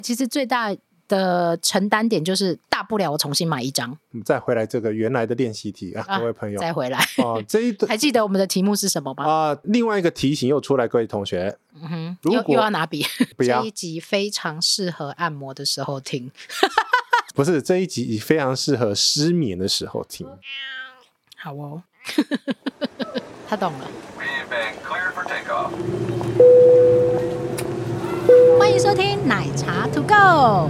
其实最大的承担点就是大不了我重新买一张， 再回来这个原来的练习题啊，各位朋友再回来这一还记得我们的题目是什么吗？ 另外一个题型又出来，各位同学， 又要拿笔， 不要。 这一集非常适合按摩的时候听不是，这一集非常适合失眠的时候听。 好哦他懂了。欢迎收听奶茶 To Go。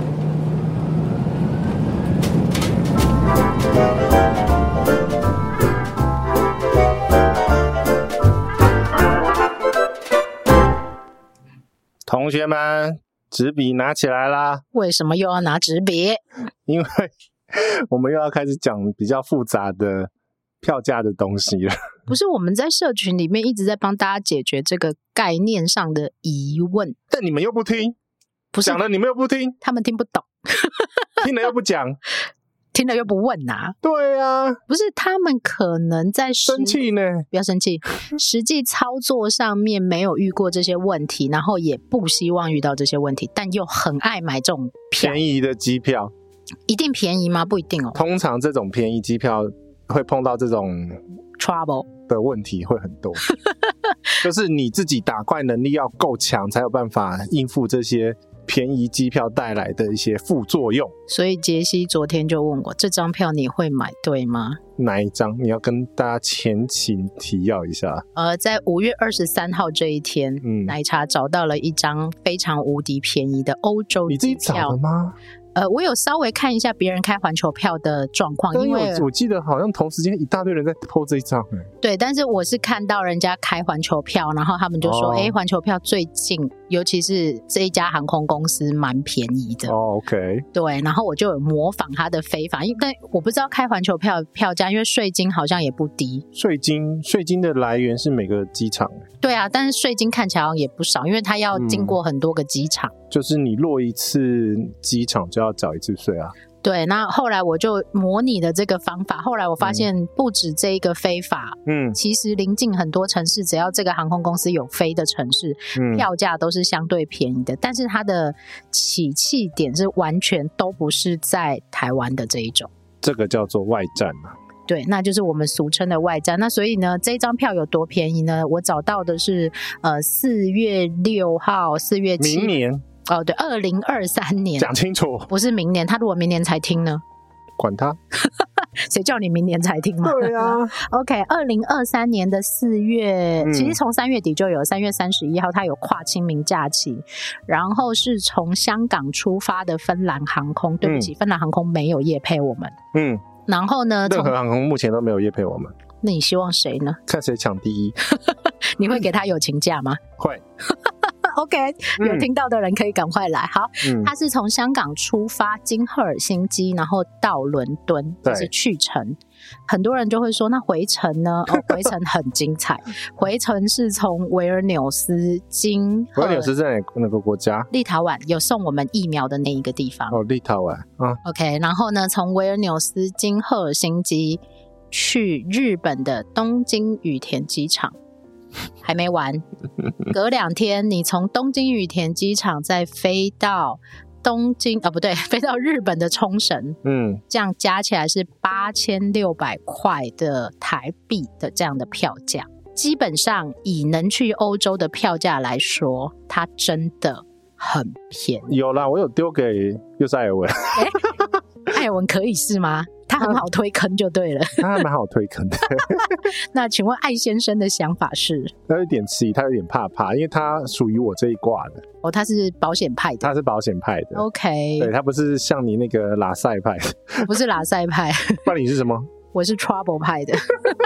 同学们，纸笔拿起来啦！ 为什么又要拿纸笔？ 因为我们又要开始讲比较复杂的票价的东西了。 不是，我们在社群里面一直在帮大家解决这个概念上的疑问， 但你们又不听， 不是讲了你们又不听， 他们听不懂听了又不讲听了又不问啊。 对啊， 不是，他们可能在生气呢， 不要生气实际操作上面没有遇过这些问题，然后也不希望遇到这些问题，但又很爱买这种票。 便宜的机票一定便宜吗？不一定哦。 通常这种便宜机票会碰到这种 trouble 的问题会很多就是你自己打怪能力要够强，才有办法应付这些便宜机票带来的一些副作用。 所以杰西昨天就问我，这张票你会买对吗？ 哪一张？你要跟大家前情提要一下。 在5月23号这一天，奶茶找到了一张非常无敌便宜的欧洲机票。 你自己找的吗？ 我有稍微看一下别人开环球票的状况，因为我记得好像同时间一大堆人在 po 这一张。 对，但是我是看到人家开环球票，然后他们就说环球票最近尤其是这一家航空公司蛮便宜的。 OK。 对， 然后我就有模仿他的飞法，但我不知道开环球票票价，因为税金好像也不低。税金的来源是每个机场。 对啊，但是税金看起来好像也不少，因为它要经过很多个机场。 就是你落一次机场就要缴一次税啊。 对，那后来我就模拟了这个方法，后来我发现不止这一个飞法，其实临近很多城市，只要这个航空公司有飞的城市，票价都是相对便宜的，但是它的起讫点是完全都不是在台湾的这一种， 这个叫做外站啊。 对，那就是我们俗称的外站。那所以呢，这张票有多便宜呢？我找到的是4月6号4月7 明年对，2023年。 讲清楚， 不是明年。他如果明年才听呢？ 管他谁叫你明年才听嘛？ 对啊 OK， 2023年的4月，其实从3月底就有，3月31号它有跨清明假期，然后是从香港出发的芬兰航空，对不起，芬兰航空没有业配我们。然后呢， 任何航空目前都没有业配我们。 那你希望谁呢？ 看谁抢第一你会给他友情价吗？ 会 OK， 有听到的人可以赶快来。好，他是从香港出发，经赫尔辛基，然后到伦敦，这是去程。很多人就会说，那回程呢？回程很精彩。回程是从维尔纽斯经维尔纽斯在哪个国家？ 立陶宛，有送我们疫苗的那一个地方。 立陶宛啊。 OK， 然后呢，从维尔纽斯经赫尔辛基去日本的东京羽田机场。还没完，隔2天你从东京羽田机场再飞到飞到日本的冲绳，这样加起来是8600块的台币的这样的票价。基本上以能去欧洲的票价来说，它真的很便宜。 有啦，我有丢给又是艾尔文艾尔文可以是吗？他很好推坑就对了他还蛮好推坑的那请问艾先生的想法是？ 他有点迟疑，他有点怕，因为他属于我这一挂的。 他是保险派的。 他是保险派的。 OK， 对，他不是像你那个拉塞派我不是拉塞派不然你是什么？ 我是 trouble 派的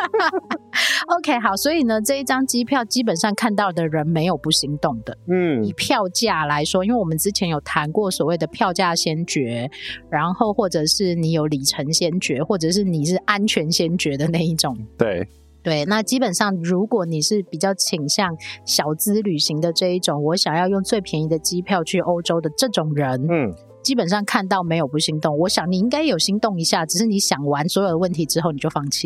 OK， 好，所以呢，这一张机票基本上看到的人没有不心动的。以票价来说，因为我们之前有谈过所谓的票价先决，然后或者是你有里程先决，或者是你是安全先决的那一种。对，那基本上如果你是比较倾向小资旅行的这一种，我想要用最便宜的机票去欧洲的这种人，基本上看到没有不心动。我想你应该有心动一下，只是你想完所有的问题之后你就放弃了。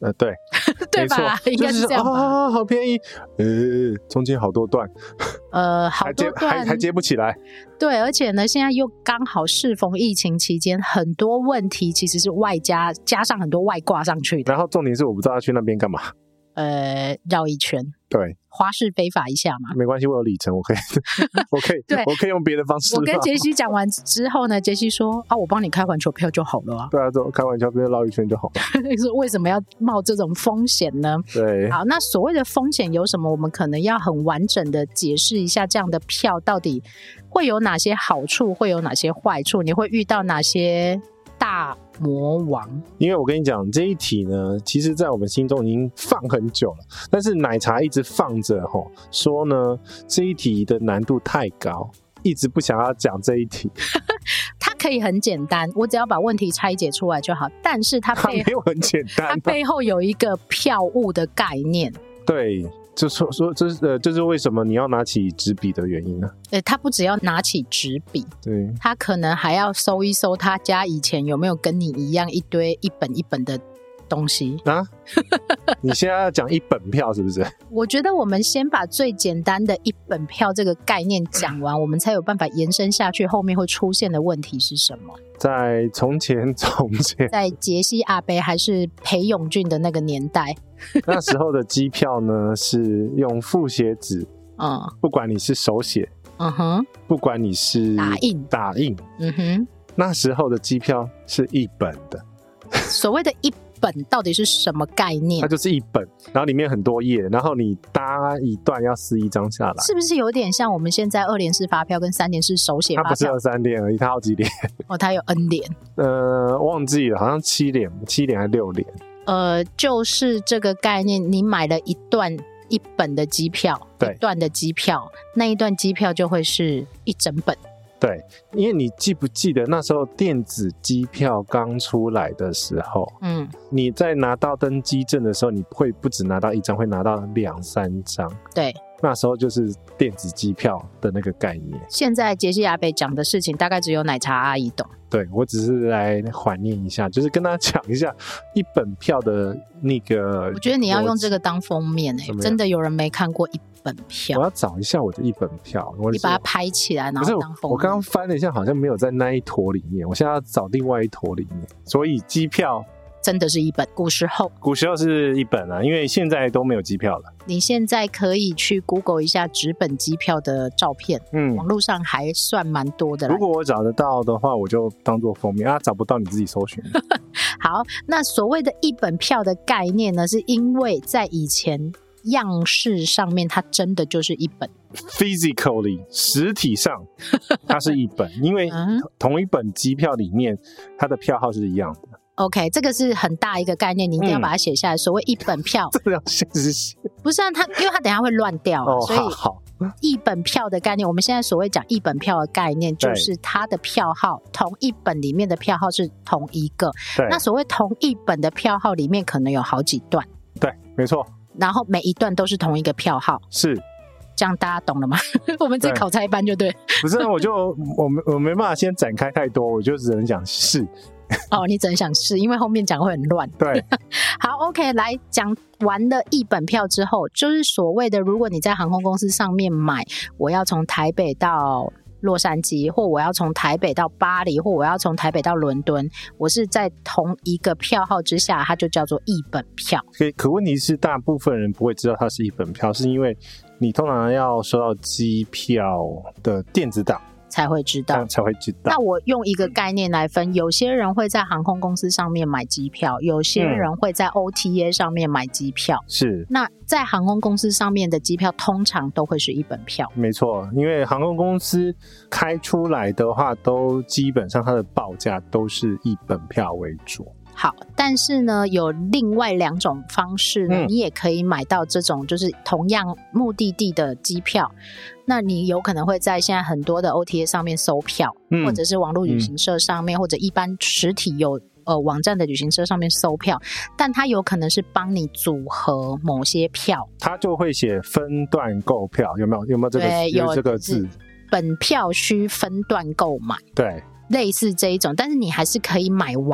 对对吧？应该是这样吧。 啊，好便宜，中间好多段， 好多段还接不起来。 对，而且呢，现在又刚好适逢疫情期间，很多问题其实是外加上很多外挂上去的。 然后重点是我不知道要去那边干嘛。 绕一圈， 对， 花式非法一下嘛。 没关系，我有里程，我可以我可以用别的方式。 我跟杰西讲完之后呢，杰西说啊，我帮你开环球票就好了啊。 对啊，开环球票绕一圈就好了。 说为什么要冒这种风险呢？ 对， 好，那所谓的风险有什么？我们可能要很完整的解释一下，这样的票到底会有哪些好处，会有哪些坏处，你会遇到哪些大魔王。 因为我跟你讲这一题呢，其实在我们心中已经放很久了，但是奶茶一直放着说呢这一题的难度太高，一直不想要讲这一题。 它可以很简单，我只要把问题拆解出来就好，但是它没有很简单， 它背后有一个票务的概念。 对，就说这是为什么你要拿起纸笔的原因呢？ 他不只要拿起纸笔， 对， 他可能还要搜一搜他家以前有没有跟你一样一堆一本一本的东西啊。你现在要讲一本票是不是？ 我觉得我们先把最简单的一本票这个概念讲完，我们才有办法延伸下去后面会出现的问题是什么。 在从前在杰西阿伯还是裴勇俊的那个年代， 那时候的机票呢是用复写纸，不管你是手写，不管你是打印，那时候的机票是一本的。 所谓的一本到底是什么概念？ 它就是一本，然后里面很多页，然后你搭一段要撕一张下来， 是不是有点像我们现在2联式发票跟3联式手写发票？ 它不是2、3联而已，它好几联。 它有 N 联。 忘记了，好像7联还6联。 就是这个概念，你买了一本的机票，一段的机票，那一段机票就会是一整本。 对，因为你记不记得那时候电子机票刚出来的时候，你在拿到登机证的时候，你会不只拿到1张，会拿到2、3张。对，那时候就是电子机票的那个概念。 现在杰西阿伯讲的事情，大概只有奶茶阿姨懂。 对，我只是来怀念一下，就是跟他讲一下一本票的那个。 我觉得你要用这个当封面真的有人没看过一本票。 我要找一下我的一本票， 你把它拍起来，然后当封面。 我刚刚翻了一下，好像没有在那一坨里面，我现在要找另外一坨里面。所以机票真的是一本，古时候是一本啊，因为现在都没有机票了。 你现在可以去 Google 一下纸本机票的照片，网络上还算蛮多的啦。 如果我找得到的话，我就当做封面啊；找不到你自己搜寻。 好，那所谓的一本票的概念呢，是因为在以前样式上面，它真的就是一本。 physically 实体上它是一本，因为同一本机票里面它的票号是一样的。 OK， 这个是很大一个概念，你一定要把它写下来。所谓一本票， 这要写不是啊，因为它等一下会乱掉，所以一本票的概念，我们现在所谓讲一本票的概念，就是它的票号同一本里面的票号是同一个。那所谓同一本的票号里面可能有好几段， 对，没错。 然后每一段都是同一个票号， 是这样，大家懂了吗？我们自己考猜班就对。 不是，我没办法先展开太多，我就只能讲是。 你只能想是，因为后面讲会很乱。 对， 好 ，OK， 来讲完了一本票之后，就是所谓的，如果你在航空公司上面买，我要从台北到洛杉矶，或我要从台北到巴黎，或我要从台北到伦敦，我是在同一个票号之下，它就叫做一本票。 可问题是，大部分人不会知道它是一本票，是因为你通常要收到机票的电子档才会知道。 那我用一个概念来分，有些人会在航空公司上面买机票，有些人会在 OTA 上面买机票。是，那在航空公司上面的机票通常都会是一本票。没错，因为航空公司开出来的话，都基本上它的报价都是一本票为主。好，但是呢，有另外2种方式呢，你也可以买到这种就是同样目的地的机票。那你有可能会在现在很多的 OTA 上面搜票，或者是网络旅行社上面，或者一般实体有网站的旅行社上面搜票，但它有可能是帮你组合某些票，它就会写分段购票，有没有这个？对，有这个字，本票需分段购买。对。类似这一种，但是你还是可以买完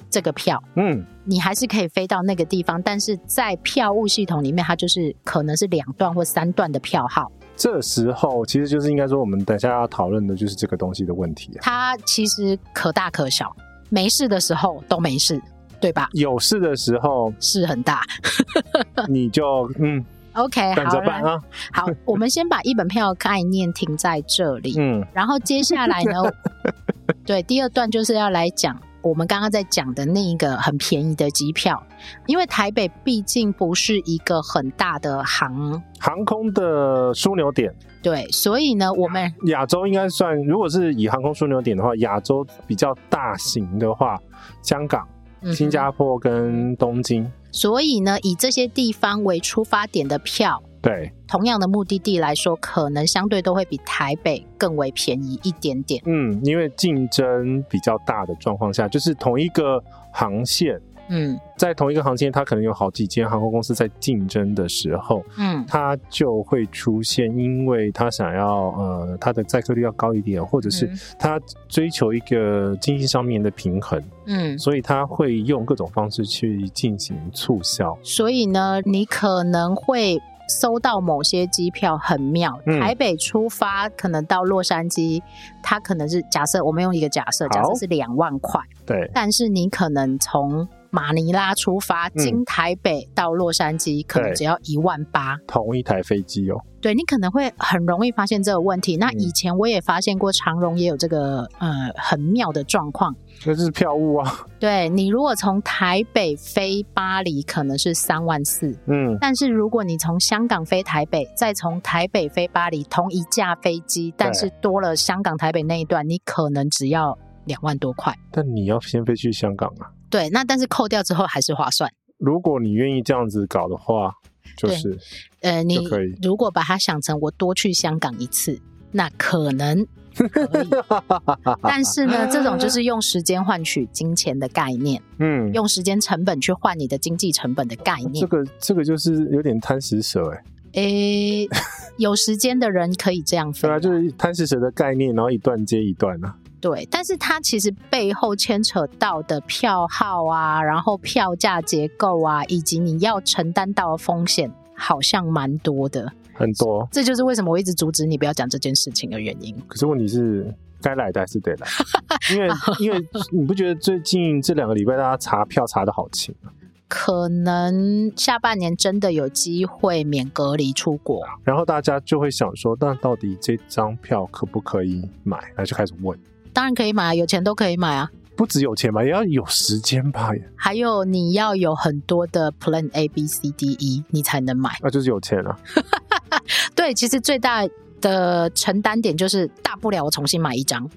这个票，你还是可以飞到那个地方，但是在票务系统里面它就是可能是2段或3段的票号。 这时候其实就是应该说我们等一下要讨论的就是这个东西的问题它其实可大可小，没事的时候都没事，对吧？ 有事的时候事很大你就 OK， 等着办啊。 好，我们先把一本票概念停在这里，然后接下来呢对，第2段就是要来讲我们刚刚在讲的那一个很便宜的机票，因为台北毕竟不是一个很大的航空的枢纽点， 对，所以呢我们亚洲应该算，如果是以航空枢纽点的话，亚洲比较大型的话，香港、新加坡跟东京， 所以呢以这些地方为出发点的票， 对， 同样的目的地来说，可能相对都会比台北更为便宜一点点。 因为竞争比较大的状况下，就是同一个航线，在同一个航线，它可能有好几间航空公司在竞争的时候，它就会出现，因为它想要它的载客率要高一点，或者是它追求一个经济上面的平衡，所以它会用各种方式去进行促销。 所以呢，你可能会搜到某些机票很妙，台北出发可能到洛杉矶，它可能是假设我们用一个假设是2万块， 对， 但是你可能从马尼拉出发经台北到洛杉矶，可能只要18000， 同一台飞机哦。 对，你可能会很容易发现这个问题。那以前我也发现过长荣也有这个很妙的状况， 那就是票务啊。 对，你如果从台北飞巴黎可能是34000，但是如果你从香港飞台北，再从台北飞巴黎，同一架飞机，但是多了香港台北那一段，你可能只要2万多块。 但你要先飞去香港啊。 对，那但是扣掉之后还是划算。如果你愿意这样子搞的话，就是你如果把它想成我多去香港一次，那可能可以但是呢，这种就是用时间换取金钱的概念，用时间成本去换你的经济成本的概念。 这个就是有点贪食蛇有时间的人可以这样飞， 对啊，就是贪食蛇的概念，然后一段接一段啊。 对，但是它其实背后牵扯到的票号啊，然后票价结构啊，以及你要承担到的风险好像蛮多的， 很多。这就是为什么我一直阻止你不要讲这件事情的原因。 可是问题是该来的还是得来因为你不觉得最近这2个礼拜大家查票查得好勤啊？ 可能下半年真的有机会免隔离出国， 然后大家就会想说，那到底这张票可不可以买？然后就开始问。 当然可以买啊，有钱都可以买啊。 不只有钱吧，也要有时间吧。 还有你要有很多的 Plan A B C D E 你才能买。 那就是有钱啊。 对，其实最大的承担点就是大不了我重新买一张。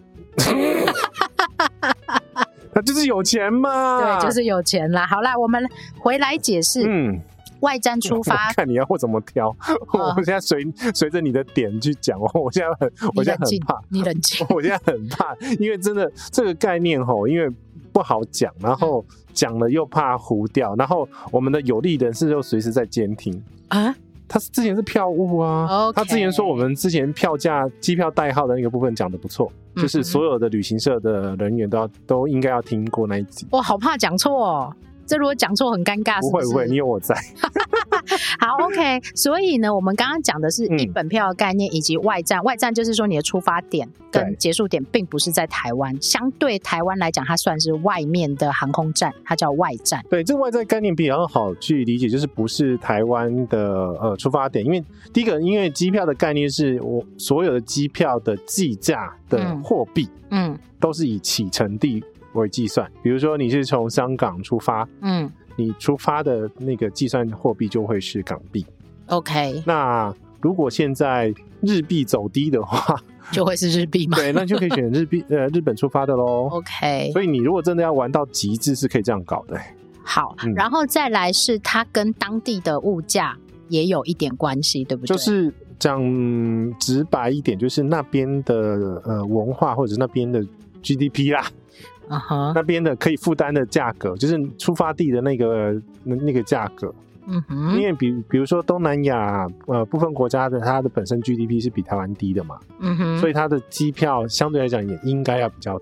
那就是有钱嘛。 对，就是有钱啦。好啦，我们回来解释。外站出发， 看你要怎么挑。我现在随着你的点去讲。我现在很怕。 你冷静。 我现在很怕，因为真的这个概念因为不好讲，然后讲了又怕糊掉，然后我们的有利人士又随时在监听啊。他之前是票务啊，他之前说我们之前票价、机票代号的那个部分讲得不错，就是所有的旅行社的人员都应该要听过那一集。 我好怕讲错哦。这如果讲错很尴尬，是不是？ 不会，你有我在。 好 ，OK。所以呢，我们刚刚讲的是一本票的概念以及外站。外站就是说你的出发点跟结束点并不是在台湾，相对台湾来讲，它算是外面的航空站，它叫外站。 对，这个外站概念比较好去理解，就是不是台湾的出发点，因为第一个，因为机票的概念是我所有的机票的计价的货币，都是以启程地为计算。比如说你是从香港出发，你出发的那个计算货币就会是港币。 OK。 那如果现在日币走低的话， 就会是日币吗？ 对，那就可以选日本出发的咯。 OK。 所以你如果真的要玩到极致，是可以这样搞的。 好，然后再来是它跟当地的物价也有一点关系，对不对？ 就是讲直白一点，就是那边的文化或者是那边的 GDP 啦。那边的可以负担的价格，就是出发地的那个价格。因为比如说东南亚部分国家的它的本身 GDP 是比台湾低的嘛，所以它的机票相对来讲也应该要比较低。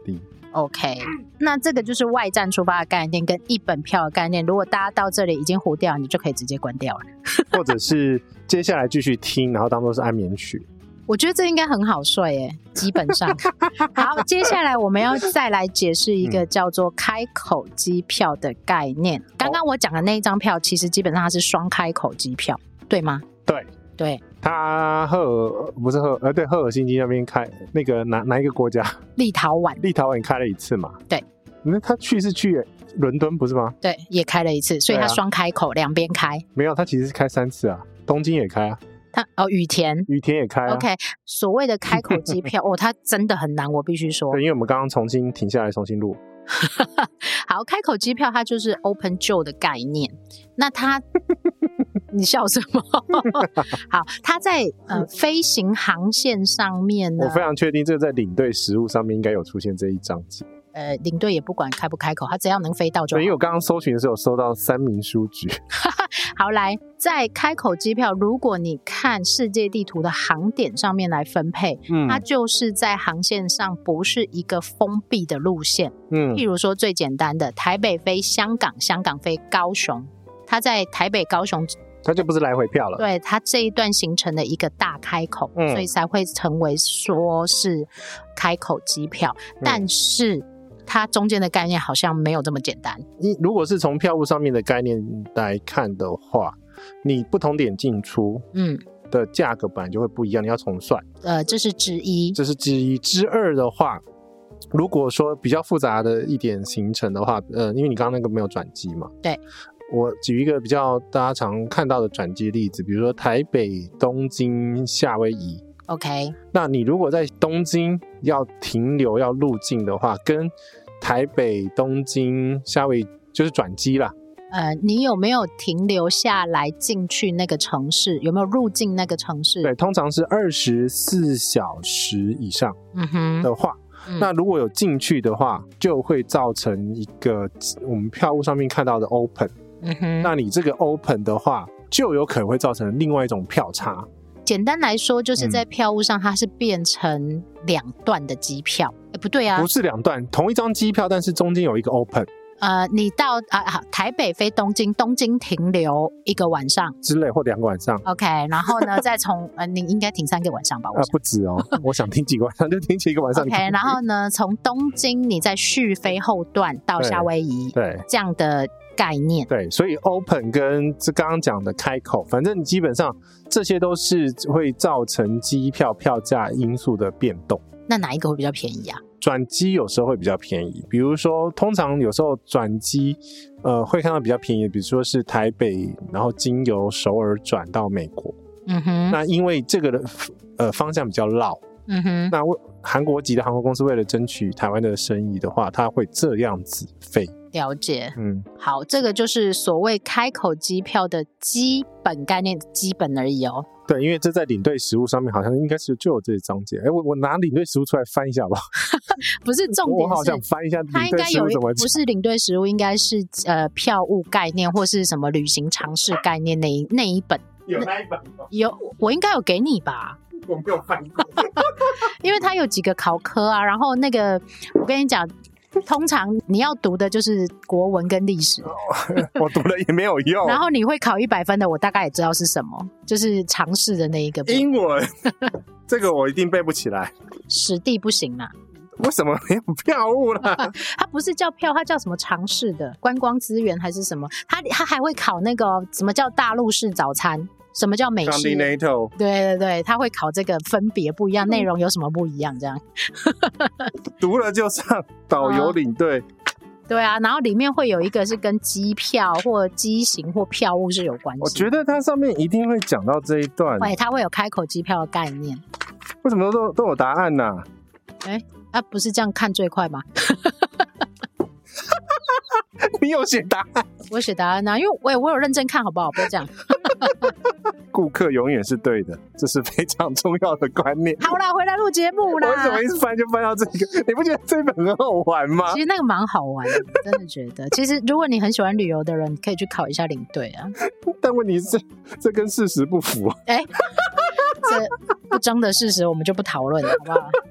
OK， 那这个就是外站出发的概念跟一本票的概念。如果大家到这里已经糊掉，你就可以直接关掉了， 或者是接下来继续听，然后当作是安眠曲。 我觉得这应该很好睡耶，基本上。好，接下来我们要再来解释一个叫做开口机票的概念。刚刚我讲的那一张票，其实基本上它是双开口机票，对吗？对， 他对，赫尔辛基那边开那个哪一个国家？ 立陶宛开了一次嘛？ 对， 那他去伦敦不是吗？ 对，也开了一次，所以他双开口，两边开。 没有，他其实是开3次啊，东京也开啊。 羽田也开啊。 OK， 所谓的开口机票它真的很难，我必须说。 对，因为我们刚刚重新停下来重新录。 好，开口机票它就是 Open Jaw 的概念。那它你笑什么？好，它在飞行航线上面呢， 我非常确定这个在领队实务上面应该有出现这一章节。 领队也不管开不开口，他只要能飞到就好。 对，因为我刚刚搜寻的时候有收到3名书局。 好，来，在开口机票，如果你看世界地图的航点上面来分配，它就是在航线上不是一个封闭的路线。譬如说最简单的台北飞香港，香港飞高雄，它在台北高雄它就不是来回票了。 对，它这一段形成的一个大开口，所以才会成为说是开口机票。但是它中间的概念好像没有这么简单。 如果是从票务上面的概念来看的话，你不同点进出的价格本来就会不一样，你要重算。 这是之一。 之二的话，如果说比较复杂的一点行程的话，因为你刚刚那个没有转机嘛。 对。 我举一个比较大家常看到的转机例子，比如说台北、东京、夏威夷。 OK， 那你如果在东京要停留要入境的话，跟台北、东京、夏威夷就是转机啦。 你有没有停留下来进去那个城市？有没有入境那个城市？ 对，通常是24小时以上的话，那如果有进去的话，就会造成一个我们票务上面看到的 open。那你这个 open 的话，就有可能会造成另外一种票差。 简单来说，就是在票务上它是变成2段的机票。不对啊， 不是2段，同一张机票，但是中间有一个 open。 你到台北飞东京，东京停留1个晚上之类，或2个晚上。 OK， 然后呢，再从你应该停3个晚上吧？ 不止哦，我想停几个晚上就停几个晚上。 OK， 然后呢，从东京你再续飞后段到夏威夷， 对， 这样的概念。 对，所以 open 跟这刚刚讲的开口，反正基本上这些都是会造成机票票价因素的变动。 那哪一个会比较便宜啊？ 转机有时候会比较便宜，比如说通常有时候转机会看到比较便宜的，比如说是台北然后经由首尔转到美国。那因为这个的方向比较绕，那韩国籍的航空公司为了争取台湾的生意的话，它会这样子飞。 了解。好，这个就是所谓开口机票的基本概念，基本而已哦。 对，因为这在领队实务上面好像应该是就有这些章节。我拿领队实务出来翻一下吧。 不是重点是， 我好想翻一下领队实务怎么讲。 不是领队实务，应该是票务概念或是什么旅行常识概念那一本。 有那一本吗？ 有，我应该有给你吧。 我没有翻过。 因为它有几个考科啊，然后那个我跟你讲。通常你要读的就是国文跟历史， 我读了也没有用。 然后你会考100分的，我大概也知道是什么，就是常识的那一个英文，这个我一定背不起来。 史地不行啦。 为什么没有票务啦？ 它不是叫票，它叫什么常识的观光资源还是什么？它还会考那个什么叫大陆式早餐，什么叫美式？对，他会考这个分别不一样，内容有什么不一样？这样读了就上导游领队。 对啊，然后里面会有一个是跟机票或机型或票务是有关系。 我觉得它上面一定会讲到这一段。 对，它会有开口机票的概念。 为什么都有答案呢？ 不是这样看最快吗？ 你有写答案？ 我写答案啊，因为我有认真看，好不好？不要这样。 顾客永远是对的，这是非常重要的观念。 好啦，回来录节目啦。 我为什么一直翻就翻到这个？你不觉得这本很好玩吗？ 其实那个蛮好玩的，真的觉得。其实如果你很喜欢旅游的人，可以去考一下领队啊。 但问题是，这跟事实不符。 这不争的事实，我们就不讨论了，好不好？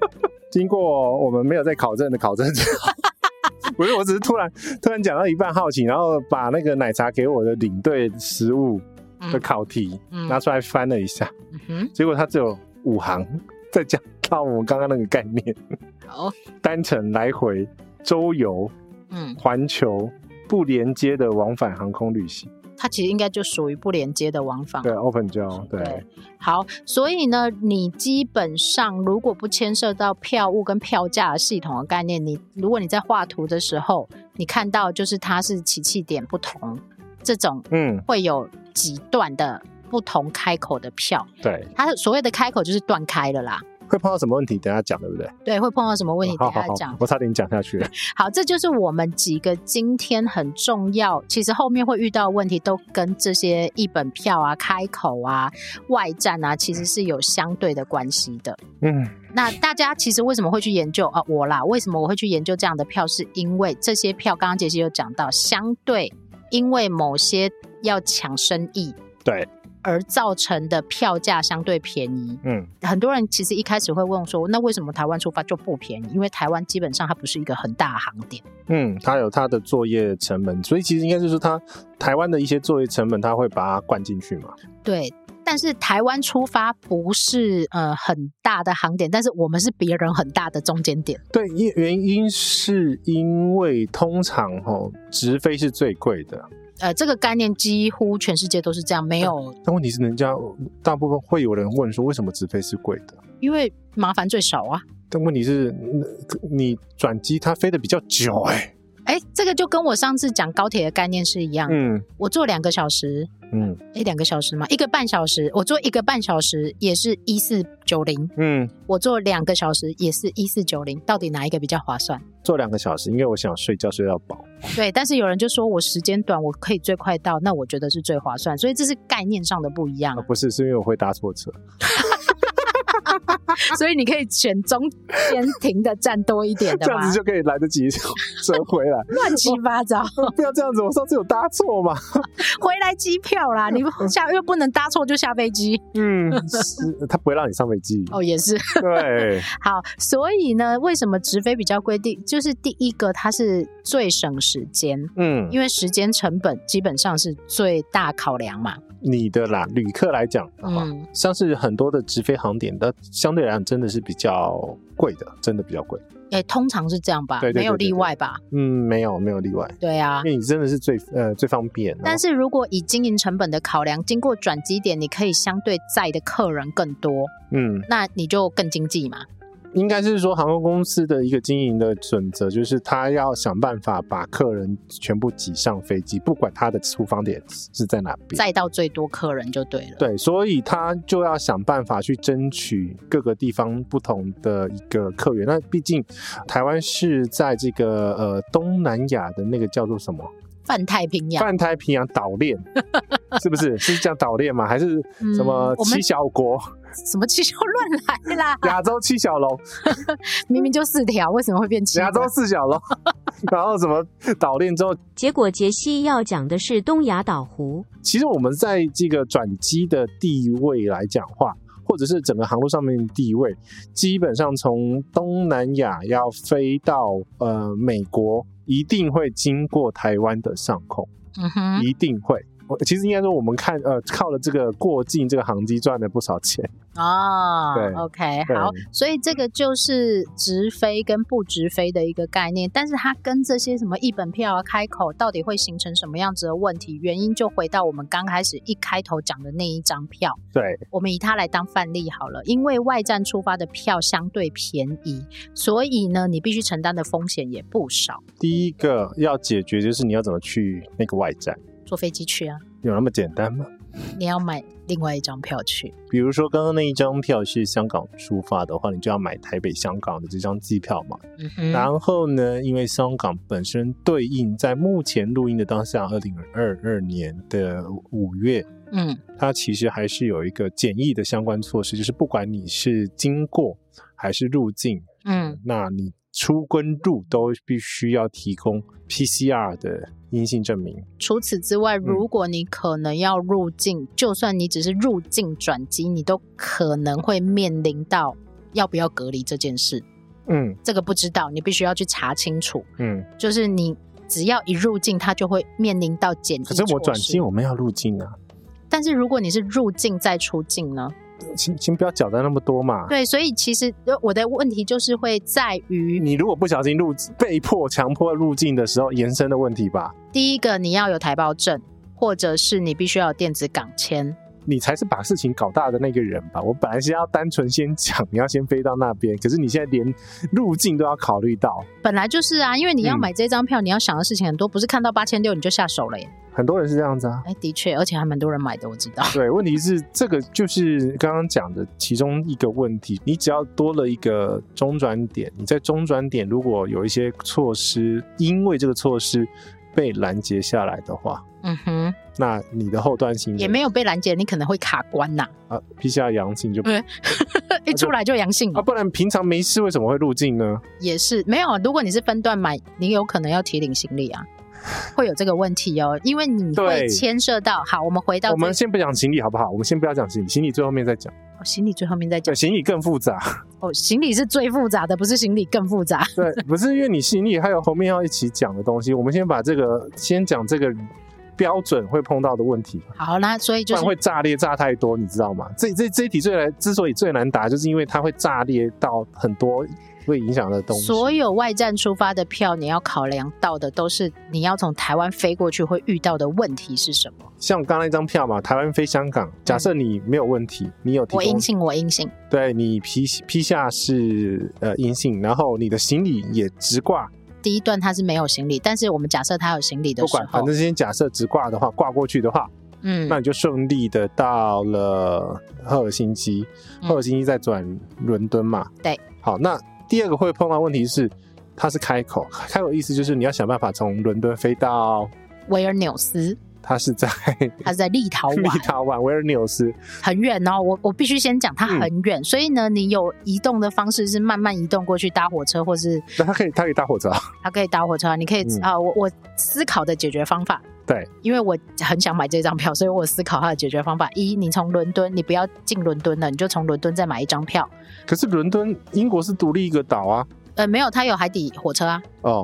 经过我们没有在考证的考证之后，不是，我只是突然讲到一半好奇，然后把那个奶茶给我的领队食物的考题拿出来翻了一下，结果它只有5行，再讲到我们刚刚那个概念。 好， 单程来回、周游、环球不连接的往返航空旅行。 它其实应该就属于不连接的往返， 对 ，open 就对。 好，所以呢，你基本上如果不牵涉到票务跟票价的系统的概念，如果你在画图的时候，你看到就是它是起讫点不同，这种会有几段的不同开口的票。对，它所谓的开口就是断开了啦。 会碰到什么问题？等一下讲，对不对？ 对，会碰到什么问题？等一下讲。 我差点讲下去了。 好，这就是我们几个今天很重要，其实后面会遇到的问题都跟这些一本票啊、开口啊、外站啊，其实是有相对的关系的。那大家其实为什么会去研究为什么我会去研究这样的票？是因为这些票，刚刚杰西有讲到，相对因为某些要抢生意，对。而造成的票价相对便宜。很多人其实一开始会问说，那为什么台湾出发就不便宜？因为台湾基本上它不是一个很大的航点。它有它的作业成本，所以其实应该就是它台湾的一些作业成本，它会把它灌进去嘛。对，但是台湾出发不是很大的航点，但是我们是别人很大的中间点。对，原因是因为通常直飞是最贵的。这个概念几乎全世界都是这样，没有。但问题是，人家大部分会有人问说，为什么直飞是贵的？因为麻烦最少啊。但问题是，你转机它飞得比较久这个就跟我上次讲高铁的概念是一样。我坐2个小时，2个小时嘛，1个半小时，我坐1个半小时也是1490，我坐2个小时也是1490，到底哪一个比较划算？坐2个小时，因为我想睡觉睡到饱。对，但是有人就说我时间短，我可以最快到，那我觉得是最划算，所以这是概念上的不一样。不是，是因为我会搭错车。所以你可以选中间停的站多一点的嘛，这样子就可以来得及折回来。乱七八糟，不要这样子，我上次有搭错嘛。回来机票啦，你又不能搭错就下飞机。他不会让你上飞机。也是。对。好，所以呢，为什么直飞比较贵？就是第一个，它是最省时间。因为时间成本基本上是最大考量嘛。你的啦，旅客来讲的话，像是很多的直飞航点的，相对来讲真的是比较贵的，真的比较贵。通常是这样吧，没有例外吧？没有例外。对啊，因为你真的是最方便。但是如果以经营成本的考量，经过转机点，你可以相对载的客人更多，那你就更经济嘛。应该是说航空公司的一个经营的准则，就是他要想办法把客人全部挤上飞机，不管他的出发点是在哪边，载到最多客人就对了。对，所以他就要想办法去争取各个地方不同的一个客源。那毕竟台湾是在这个东南亚的那个叫做什么？泛太平洋岛链。是不是？是讲岛链吗？还是什么七小国？什么七小乱来啦？亚洲七小龙。明明就4条，为什么会变7？亚洲4小龙。然后什么岛链之后，结果杰西要讲的是东亚岛弧。其实我们在这个转机的地位来讲话，或者是整个航路上面的地位，基本上从东南亚要飞到美国，一定会经过台湾的上空。一定会。其实应该说我们靠了这个过境这个航机赚了不少钱。对 OK 好，所以这个就是直飞跟不直飞的一个概念，但是它跟这些什么一本票啊开口到底会形成什么样子的问题，原因就回到我们刚开始一开头讲的那一张票。对，我们以它来当范例好了，因为外站出发的票相对便宜，所以呢你必须承担的风险也不少。第一个要解决就是你要怎么去那个外站，坐飞机去啊。有那么简单吗？你要买另外一张票去。比如说刚刚那一张票是香港出发的话，你就要买台北香港的这张机票嘛。然后呢，因为香港本身对应在目前录音的当下2022年的5月，它其实还是有一个检疫的相关措施，就是不管你是经过还是入境，那你出跟入都必须要提供 PCR 的阴性证明。除此之外，如果你可能要入境，就算你只是入境转机，你都可能会面临到要不要隔离这件事。 这个不知道，你必须要去查清楚。就是你只要一入境，它就会面临到检疫措施。 可是我转机我们要入境啊。 但是如果你是入境再出境呢？ 先不要搅在那么多嘛。 对，所以其实我的问题就是会在于， 你如果不小心被迫强迫入境的时候延伸的问题吧。 第一个，你要有台胞证，或者是你必须要有电子港签。 你才是把事情搞大的那个人吧。我本来是要单纯先讲你要先飞到那边，可是你现在连入境都要考虑到。 本来就是啊，因为你要买这张票，你要想的事情很多，不是看到8600你就下手了耶。 很多人是这样子啊。 的确，而且还蛮多人买的，我知道。 对，问题是这个就是刚刚讲的其中一个问题，你只要多了一个中转点，你在中转点如果有一些措施，因为这个措施被拦截下来的话，那你的后端行也没有被拦截，你可能会卡关呐。 PCR 阳性就一出来就阳性不然平常没事为什么会入境呢？ 也是没有，如果你是分段买，你有可能要提领行李啊，会有这个问题哦，因为你会牵涉到。好，我们回到我们先不讲行李好不好？我们先不要讲行李，行李最后面再讲。 行李最后面再讲。 行李更复杂。 行李是最复杂的，不是行李更复杂。 对，不是因为你行李还有后面要一起讲的东西，我们先把先讲这个标准会碰到的问题。 好，那所以就是不然会炸裂炸太多，你知道吗？这一题之所以最难答，就是因为它会炸裂到很多会影响的东西。 所有外站出发的票，你要考量到的都是你要从台湾飞过去会遇到的问题是什么。 像刚刚那张票嘛，台湾飞香港，假设你没有问题，你有提供我阴性， 对，你批下是阴性，然后你的行李也直挂。 第一段它是没有行李，但是我们假设它有行李的时候， 不管，反正先假设直挂的话，挂过去的话，那你就顺利的到了赫尔辛基，赫尔辛基再转伦敦嘛。 对， 好，那第二个会碰到问题是，它是开口意思就是你要想办法从伦敦飞到维尔纽斯。 它是在立陶宛维尔纽斯， 很远哦。我必须先讲它很远，所以呢，你有移动的方式是慢慢移动过去，搭火车，或是它可以搭火车， 它可以搭火车，你可以我思考的解决方法。 对， 因为我很想买这张票，所以我思考它的解决方法。一，你从伦敦，你不要进伦敦了，你就从伦敦再买一张票。 可是英国是独立一个岛啊。 没有，它有海底火车啊。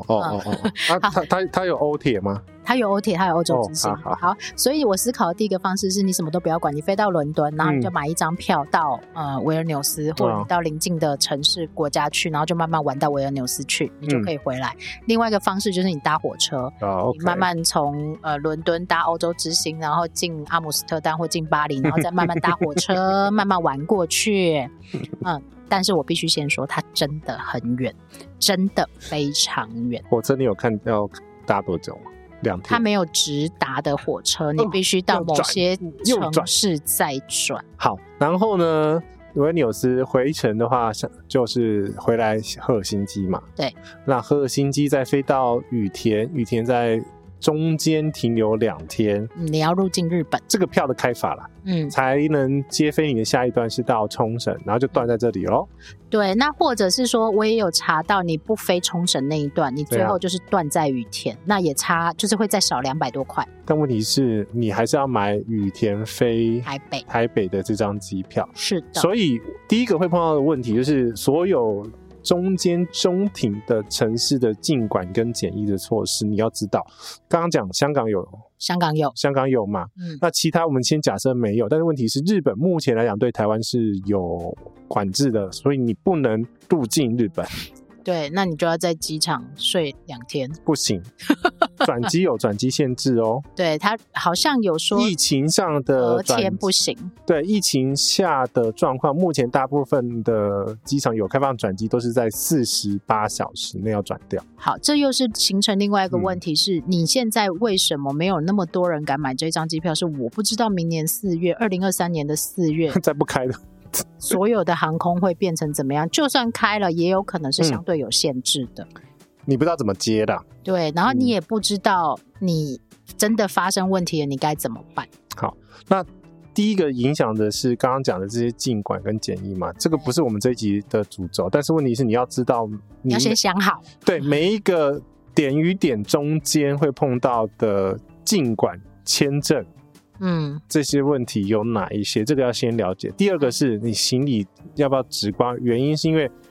它有欧铁吗？ 它有欧铁，它有欧洲之星。好，所以我思考的第一个方式是你什么都不要管，你飞到伦敦，然后你就买一张票到维尔纽斯，或者你到邻近的城市国家去，然后就慢慢玩到维尔纽斯去，你就可以回来。另外一个方式就是你搭火车，你慢慢从伦敦搭欧洲之星，然后进阿姆斯特丹或进巴黎，然后再慢慢搭火车慢慢玩过去。但是我必须先说，它真的很远，真的非常远。 火车你有看要搭多久吗？2天。 它没有直达的火车，你必须到某些城市再转。 好，然后呢，维尔纽斯回程的话，就是回来赫尔辛基嘛。 对。那赫尔辛基再飞到羽田在中间停留2天。 你要入境日本， 这个票的开法啦。才能接飞你的下一段是到冲绳，然后就断在这里咯。 对，那或者是说我也有查到，你不飞冲绳那一段，你最后就是断在羽田，那也就是会再少200多块。 但问题是你还是要买羽田飞台北的这张机票。 是的。所以第一个会碰到的问题就是所有中间中停的城市的禁管跟检疫的措施，你要知道。刚刚讲香港有嘛？那其他我们先假设没有，但是问题是日本目前来讲对台湾是有管制的，所以你不能入境日本。 对，那你就要在机场睡2天。 不行，转机有转机限制哦。 对，他好像有说疫情上的隔天不行。 对，疫情下的状况，目前大部分的机场有开放转机都是在48小时内要转掉。 好，这又是形成另外一个问题是，你现在为什么没有那么多人敢买这张机票？是我不知道明年2023年的4月再不开的所有的航空会变成怎么样？就算开了，也有可能是相对有限制的。 你不知道怎么接的。 对，然后你也不知道你真的发生问题了，你该怎么办？ 好，那第一个影响的是刚刚讲的这些禁管跟检疫嘛，这个不是我们这一集的主轴，但是问题是你要知道， 你要先想好。 对，每一个点与点中间会碰到的禁管签证。这些问题有哪一些？这个要先了解。第二个是你行李要不要直挂，原因是因为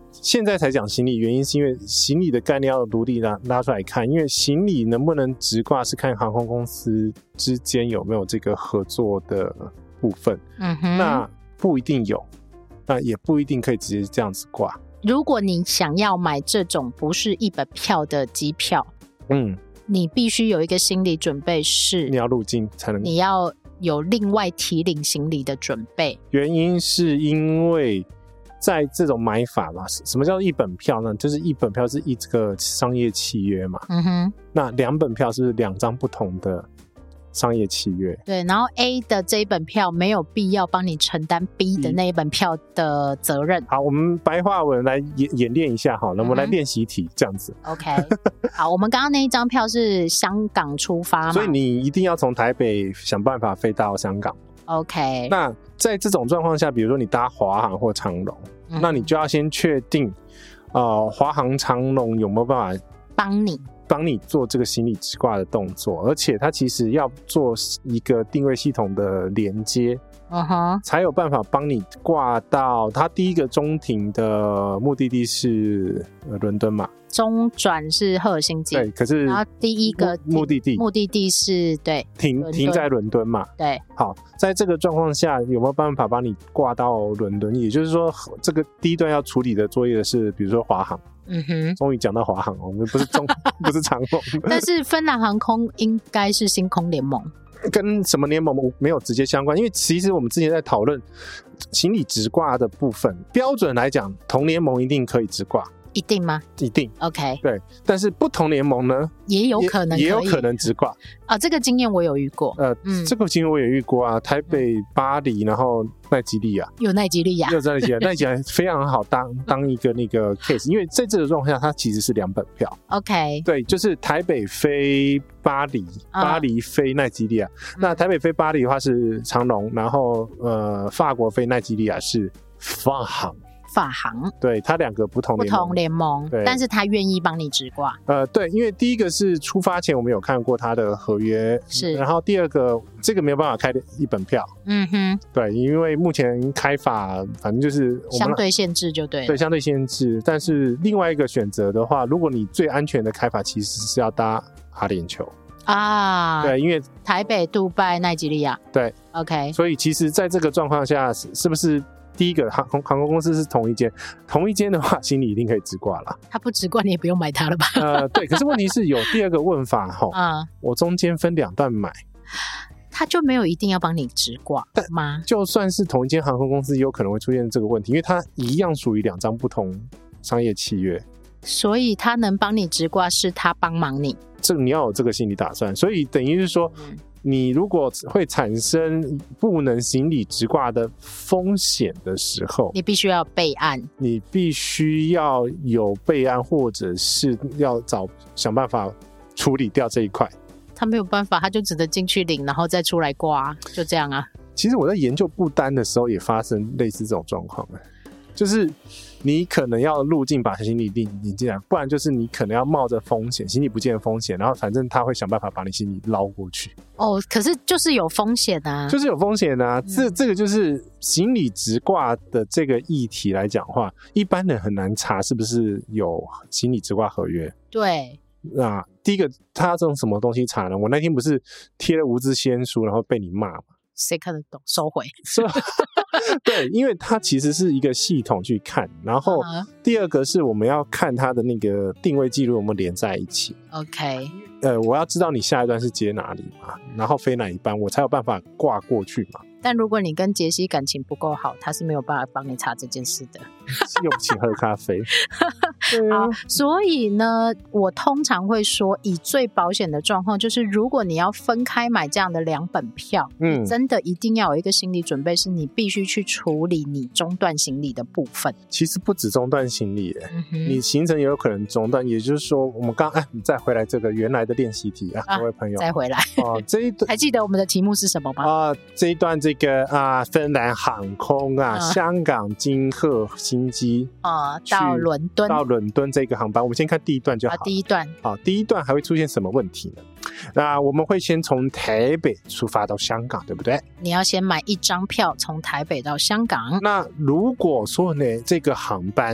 现在才讲行李，原因是因为行李的概念要独立拉出来看，因为行李能不能直挂是看航空公司之间有没有这个合作的部分。那不一定有，那也不一定可以直接这样子挂。 如果你想要买这种不是一本票的机票，你必须有一个心理准备，是你要入境才能， 你要有另外提领行李的准备。原因是因为在这种买法嘛，什么叫一本票呢？就是一本票是一个商业契约嘛。那2本票是2张不同的商业契约。对， 然后 A 的这一本票没有必要帮你承担 B 的那一本票的责任。 好，我们白话文来演练一下好了，我们来练习题这样子。 OK， 好，我们刚刚那一张票是香港出发嘛， 所以你一定要从台北想办法飞到香港。 OK， 那在这种状况下，比如说你搭华航或长荣，那你就要先确定华航长荣有没有办法帮你做这个行李直挂的动作，而且它其实要做一个定位系统的连接，才有办法帮你挂到它第一个中停的目的地是伦敦嘛，中转是赫尔辛基， 对，可是然后第一个目的地是对停在伦敦嘛， 对。 好，在这个状况下有没有办法帮你挂到伦敦？也就是说，这个第一段要处理的作业是，比如说华航。终于讲到华航，我们不是不是长荣， 但是芬兰航空应该是星空联盟， 跟什么联盟没有直接相关，因为其实我们之前在讨论行李直挂的部分，标准来讲，同联盟一定可以直挂。 一定吗？ 一定。 OK， 对，但是不同联盟呢也有可能直挂啊，这个经验我有遇过。 这个经验我也遇过啊，台北、巴黎，然后奈及利亚， 有奈及利亚非常好当一个那个 case， 因为在这个状况下，它其实是2本票。 OK， 对，就是台北飞巴黎，巴黎飞奈及利亚。那台北飞巴黎的话是长荣，然后法国飞奈及利亚是法航。对，它2个不同联盟，但是他愿意帮你直挂。 对，因为第一个是出发前我们有看过他的合约，是，然后第二个这个没有办法开一本票。对，因为目前开法反正就是相对限制就对了。 对，相对限制。但是另外一个选择的话，如果你最安全的开法其实是要搭阿联酋啊。对，因为台北、杜拜、奈及利亚。 对 ，OK。 所以其实在这个状况下，是不是？第一个航空公司是同一间的话，行李一定可以直挂啦。 他不直挂，你也不用买它了吧？ 对。可是问题是有第二个问法我中间分2段买， 他就没有一定要帮你直挂吗？ 就算是同一间航空公司，也有可能会出现这个问题，因为它一样属于2张不同商业契约， 所以他能帮你直挂是他帮忙你， 这你要有这个心理打算，所以等于是说。你如果会产生不能行李直挂的风险的时候， 你必须要备案， 你必须要有备案，或者是要想办法处理掉这一块。 他没有办法，他就只能进去领，然后再出来挂，就这样啊。 其实我在研究不丹的时候也发生类似这种状况，就是你可能要入境把行李领进来，不然就是你可能要冒着风险，行李不见的风险，然后反正他会想办法把你行李捞过去。 可是就是有风险啊， 就是有风险啊。这个就是行李直挂的这个议题来讲话，一般人很难查是不是有行李直挂合约。 对。 那第一个他这种什么东西查呢？我那天不是贴了无字签书，然后被你骂吗？ 谁看得懂？收回。 对，因为它其实是一个系统去看，然后第二个是我们要看它的那个定位记录有没有连在一起。 OK， 我要知道你下一段是接哪里嘛，然后飞哪一班，我才有办法挂过去嘛。 但如果你跟杰西感情不够好，他是没有办法帮你查这件事的。 又不请喝咖啡。 好，所以呢，我通常会说，以最保险的状况，就是如果你要分开买这样的2本票，你真的一定要有一个心理准备，是你必须去处理你中断行李的部分。 其实不止中断行李你行程也有可能中断，也就是说，我们你再回来这个原来的练习题各位朋友， 再回来这一段还记得我们的题目是什么吗？ 这一段这个芬兰航空香港经赫新机到伦敦这个航班，我们先看第一段就好。 第一段。 好，第一段还会出现什么问题呢？那我们会先从台北出发到香港，对不对？ 你要先买1张票从台北到香港。 那如果说呢，这个航班呢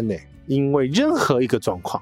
因为任何一个状况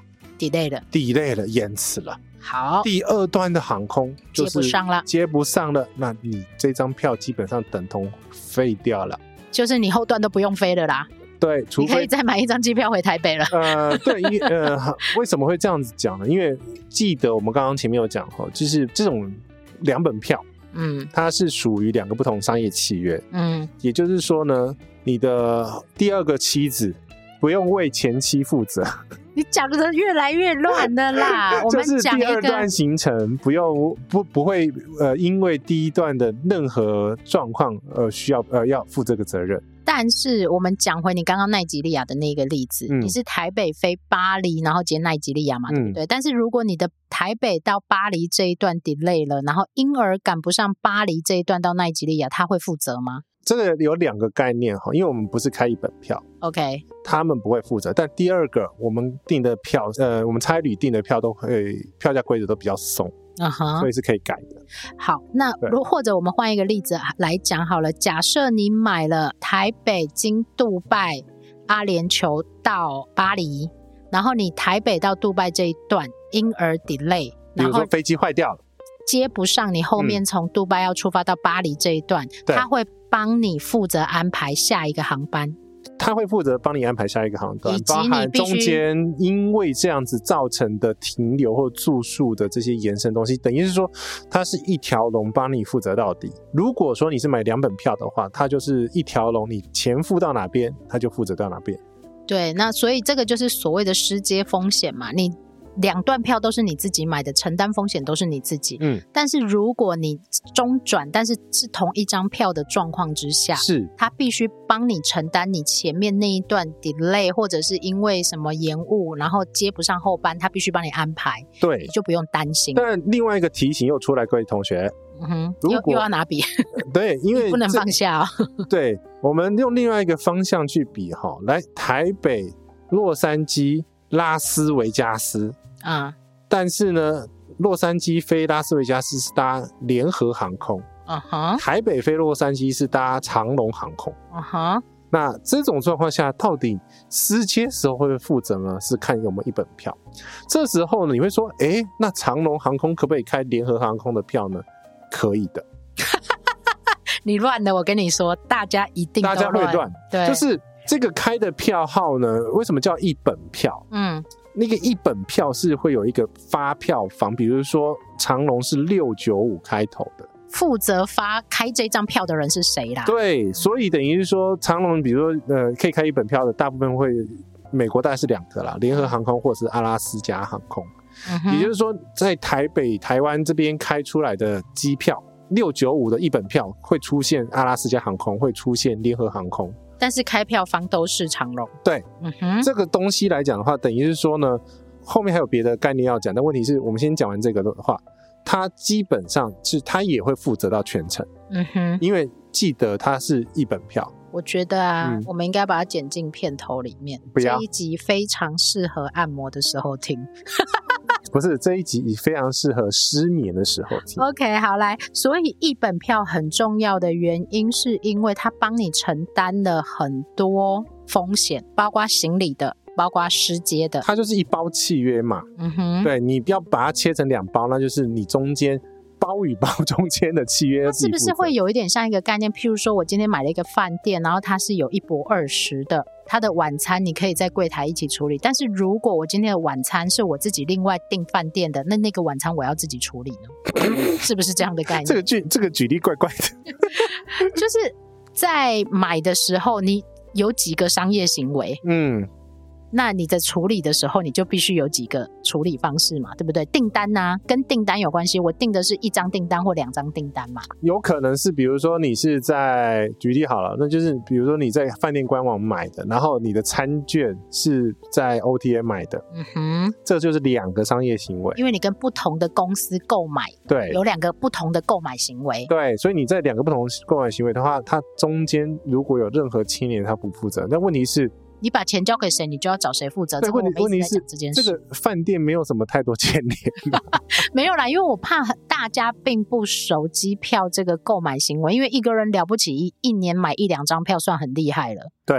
delay 了，延迟了， 好， 第二段的航空就是接不上了，那你这张票基本上等同废掉了， 就是你后段都不用飞了啦。 对，除非你可以再买一张机票回台北了。 对，为什么会这样子讲呢？因为记得我们刚刚前面有讲就是这种2本票，它是属于2个不同商业契约，也就是说呢，你的第二个妻子不用为前妻负责。 你讲的越来越乱了啦。我们就是第二段行程不会因为第一段的任何状况需要要负这个责任。 但是我们讲回你刚刚奈及利亚的那个例子，你是台北飞巴黎然后接奈及利亚嘛，对不对？但是如果你的台北到巴黎这一段 delay 了，然后因而赶不上巴黎这一段到奈及利亚，他会负责吗？ 这个有2个概念，因为我们不是开1本票 OK， 他们不会负责。但第二个，我们订的票我们差旅订的票都会票价规则都比较松，所以是可以改的。 好，那或者我们换一个例子来讲好了，假设你买了台北经杜拜阿联酋到巴黎，然后你台北到杜拜这一段因而 delay， 比如说飞机坏掉了， 接不上你后面从杜拜要出发到巴黎这一段，他会帮你负责安排下一个航班。 他会负责帮你安排下一个航段，包含中间因为这样子造成的停留或住宿的这些延伸东西，等于是说它是一条龙帮你负责到底。如果说你是买2本票的话，它就是一条龙，你钱付到哪边它就负责到哪边。 对，那所以这个就是所谓的失接风险嘛，你2段票都是你自己买的，承担风险都是你自己。但是如果你中转，但是是同一张票的状况之下，是他必须帮你承担你前面那一段 delay， 或者是因为什么延误，然后接不上后班，他必须帮你安排。对，你就不用担心。 但另外一个提醒又出来，各位同学， 又要拿笔。 对，因为不能放下哦。 对，我们用另外一个方向去比来台北、洛杉矶、拉斯维加斯。但是呢，洛杉矶飞拉斯维加斯是搭联合航空，台北飞洛杉矶是搭长荣航空。那这种状况下，到底失接时候会不会负责呢？是看有没有1本票。这时候呢，你会说，那长荣航空可不可以开联合航空的票呢？可以的。 你乱了，我跟你说，大家一定都乱。大家会乱， 对，就是这个开的票号呢，为什么叫1本票？那个1本票是会有一个发票房，比如说长荣是695开头的， 负责开这张票的人是谁啦？ 对，所以等于是说长荣，比如说可以开1本票的，大部分会美国大概是2个啦，联合航空或者是阿拉斯加航空。也就是说，在台北、台湾这边开出来的机票695的1本票会出现阿拉斯加航空，会出现联合航空。 但是开票方都是长荣。 对，这个东西来讲的话，等于是说呢，后面还有别的概念要讲，但问题是我们先讲完这个的话，它基本上是它也会负责到全程。因为记得它是1本票。 我觉得我们应该把它剪进片头里面。不要，这一集非常适合按摩的时候听。 不是，这一集非常适合失眠的时候听。 OK， 好，来，所以1本票很重要的原因是因为它帮你承担了很多风险，包括行李的，包括失接的。 它就是1包契约嘛。对，你不要把它切成2包，那就是你中间包与包中间的契约。 它是不是会有一点像一个概念？譬如说我今天买了一个饭店，然后它是有1博20的，它的晚餐你可以在柜台一起处理，但是如果我今天的晚餐是我自己另外订饭店的，那个晚餐我要自己处理呢？是不是这样的概念？ 这个举例怪怪的。 就是在买的时候你有几个商业行为，那你在处理的时候你就必须有几个处理方式嘛，对不对？订单啊，跟订单有关系，我订的是1张订单或2张订单嘛。 有可能是比如说你是在举例好了，那就是比如说你在饭店官网买的，然后你的餐券是在 OTA 买的，这就是2个商业行为， 因为你跟不同的公司购买，对，有2个不同的购买行为。 对，所以你在2个不同购买行为的话，它中间如果有任何牵连，它不负责。但问题是你把钱交给谁，你就要找谁负责。 对，问题是这个饭店没有什么太多牵连。 没有啦，因为我怕大家并不熟机票这个购买行为，因为一个人了不起一年买1-2张票算很厉害了。 对，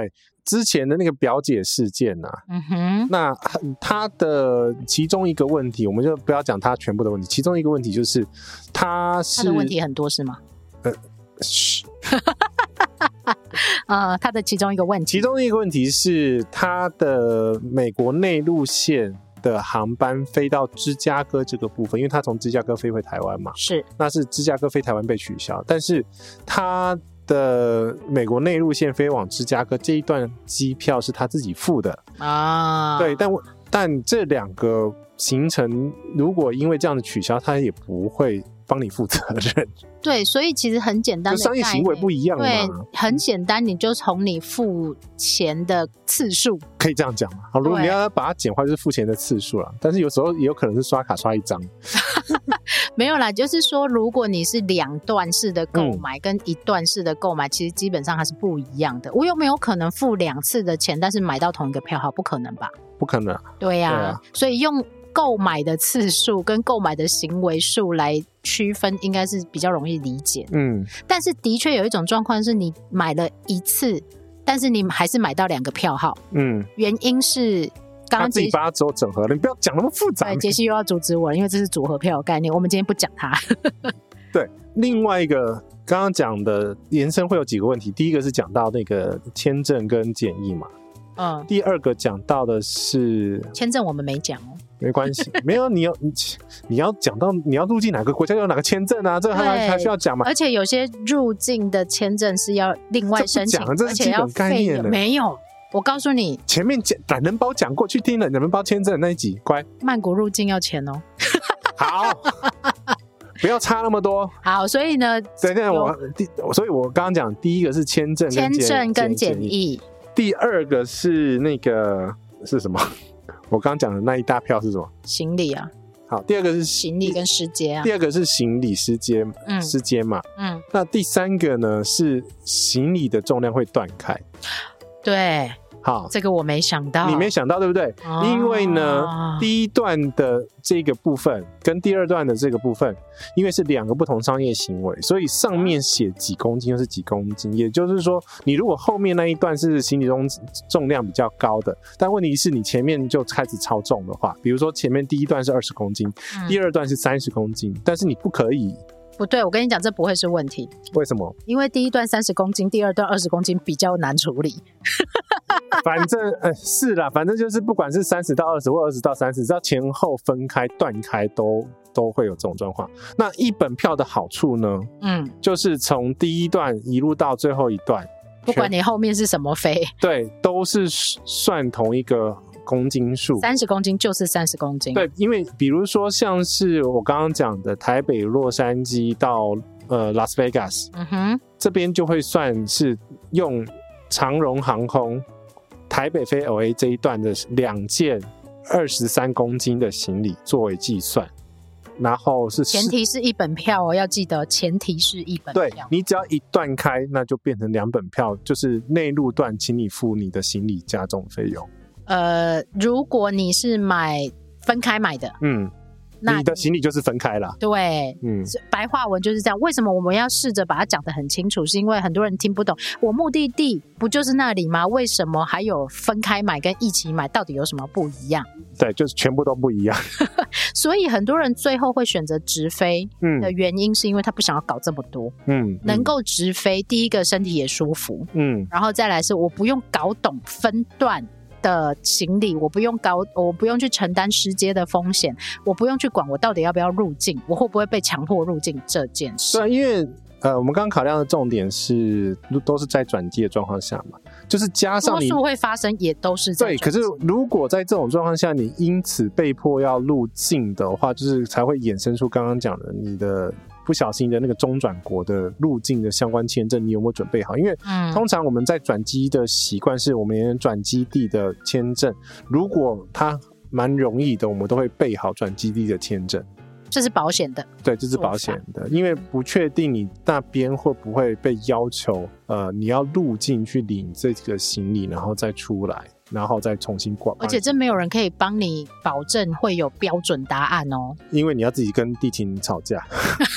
之前的那个表姐事件啊，那他的其中一个问题，我们就不要讲他全部的问题，其中一个问题就是他的问题很多是吗？他的其中一个问题是他的美国内陆线的航班飞到芝加哥这个部分，因为他从芝加哥飞回台湾嘛， 是， 那是芝加哥飞台湾被取消，但是他的美国内陆线飞往芝加哥这一段机票是他自己付的啊，对，但这两个行程如果因为这样的取消，他也不会帮你负责任。 对，所以其实很简单的商业行为不一样嘛。 对，很简单，你就从你付钱的次数， 可以这样讲嘛。好，如果你要把它简化，就是付钱的次数啦。但是有时候也有可能是刷卡刷一张。 没有啦，就是说，如果你是2段式的购买跟1段式的购买，其实基本上它是不一样的。我有没有可能付2次的钱，但是买到同一个票号？不可能吧？ 不可能。 对啊，所以用购买的次数跟购买的行为数来区分，应该是比较容易理解。但是的确有一种状况是你买了1次，但是你还是买到2个票号。原因是刚刚他自己把它做整合了，你不要讲那么复杂。 对，杰西又要阻止我了，因为这是组合票的概念，我们今天不讲它。 对，另外一个刚刚讲的延伸会有几个问题，第一个是讲到那个签证跟检疫嘛。第二个讲到的是签证，我们没讲哦。 没关系，没有你要讲到你要入境哪个国家有哪个签证啊，这还需要讲吗？ 而且有些入境的签证是要另外申请， 这是基本概念了。 没有，我告诉你， 前面懒人包讲过去听了懒人包签证那一集，乖。 曼谷入境要钱哦。 好，不要差那么多。 好，所以呢， 所以我刚刚讲第一个是签证跟检疫，第二个是那个是什么？我刚刚讲的那一大票是什么？ 行李啊。 好，第二个是行李跟失接啊。 第二个是行李失接嘛。那第三个呢是行李的重量会断开。对。好， 这个我没想到。 你没想到对不对？因为呢，第一段的这个部分跟第二段的这个部分，因为是2个不同商业行为，所以上面写几公斤就是几公斤。也就是说，你如果后面那一段是行李重量比较高的，但问题是你前面就开始超重的话，比如说前面第一段是20公斤，第二段是30公斤，但是你不可以。 不对，我跟你讲，这不会是问题。 为什么？ 因为第一段30公斤，第二段20公斤比较难处理。 反正是啦，反正就是不管是30到20或20到30，只要前后分开断开都会有这种状况。那一本票的好处呢，就是从第一段一路到最后一段， 不管你后面是什么飞， 对，都是算同一个公斤数 ，30公斤就是30公斤。 对，因为比如说像是我刚刚讲的台北洛杉矶到拉斯维加斯，这边就会算是用长荣航空台北飞 LA 这一段的2件23公斤的行李作为计算，然后是前提是一本票哦，要记得前提是一本票。 对，你只要一段开，那就变成2本票，就是内陆段请你付你的行李加重费用。 如果你是分开买的， 你的行李就是分开啦。 对，白话文就是这样。为什么我们要试着把它讲得很清楚？是因为很多人听不懂。我目的地不就是那里吗？为什么还有分开买跟一起买？到底有什么不一样？ 对，就是全部都不一样。 所以很多人最后会选择直飞的原因，是因为他不想要搞这么多。能够直飞，第一个身体也舒服，然后再来是我不用搞懂分段的行李，我不用去承担失接的风险，我不用去管我到底要不要入境，我会不会被强迫入境这件事。 对，因为我们刚刚考量的重点是都是在转机的状况下嘛，就是加上你多数会发生也都是在对。可是如果在这种状况下你因此被迫要入境的话，就是才会衍生出刚刚讲的你的不小心的那个中转国的入境的相关签证，你有没有准备好？因为通常我们在转机的习惯是我们连转基地的签证，如果它蛮容易的，我们都会备好转基地的签证。 这是保险的。 对，这是保险的，因为不确定你那边会不会被要求你要入境去领这个行李，然后再出来，然后再重新挂。 而且这没有人可以帮你保证会有标准答案哦， 因为你要自己跟地勤吵架。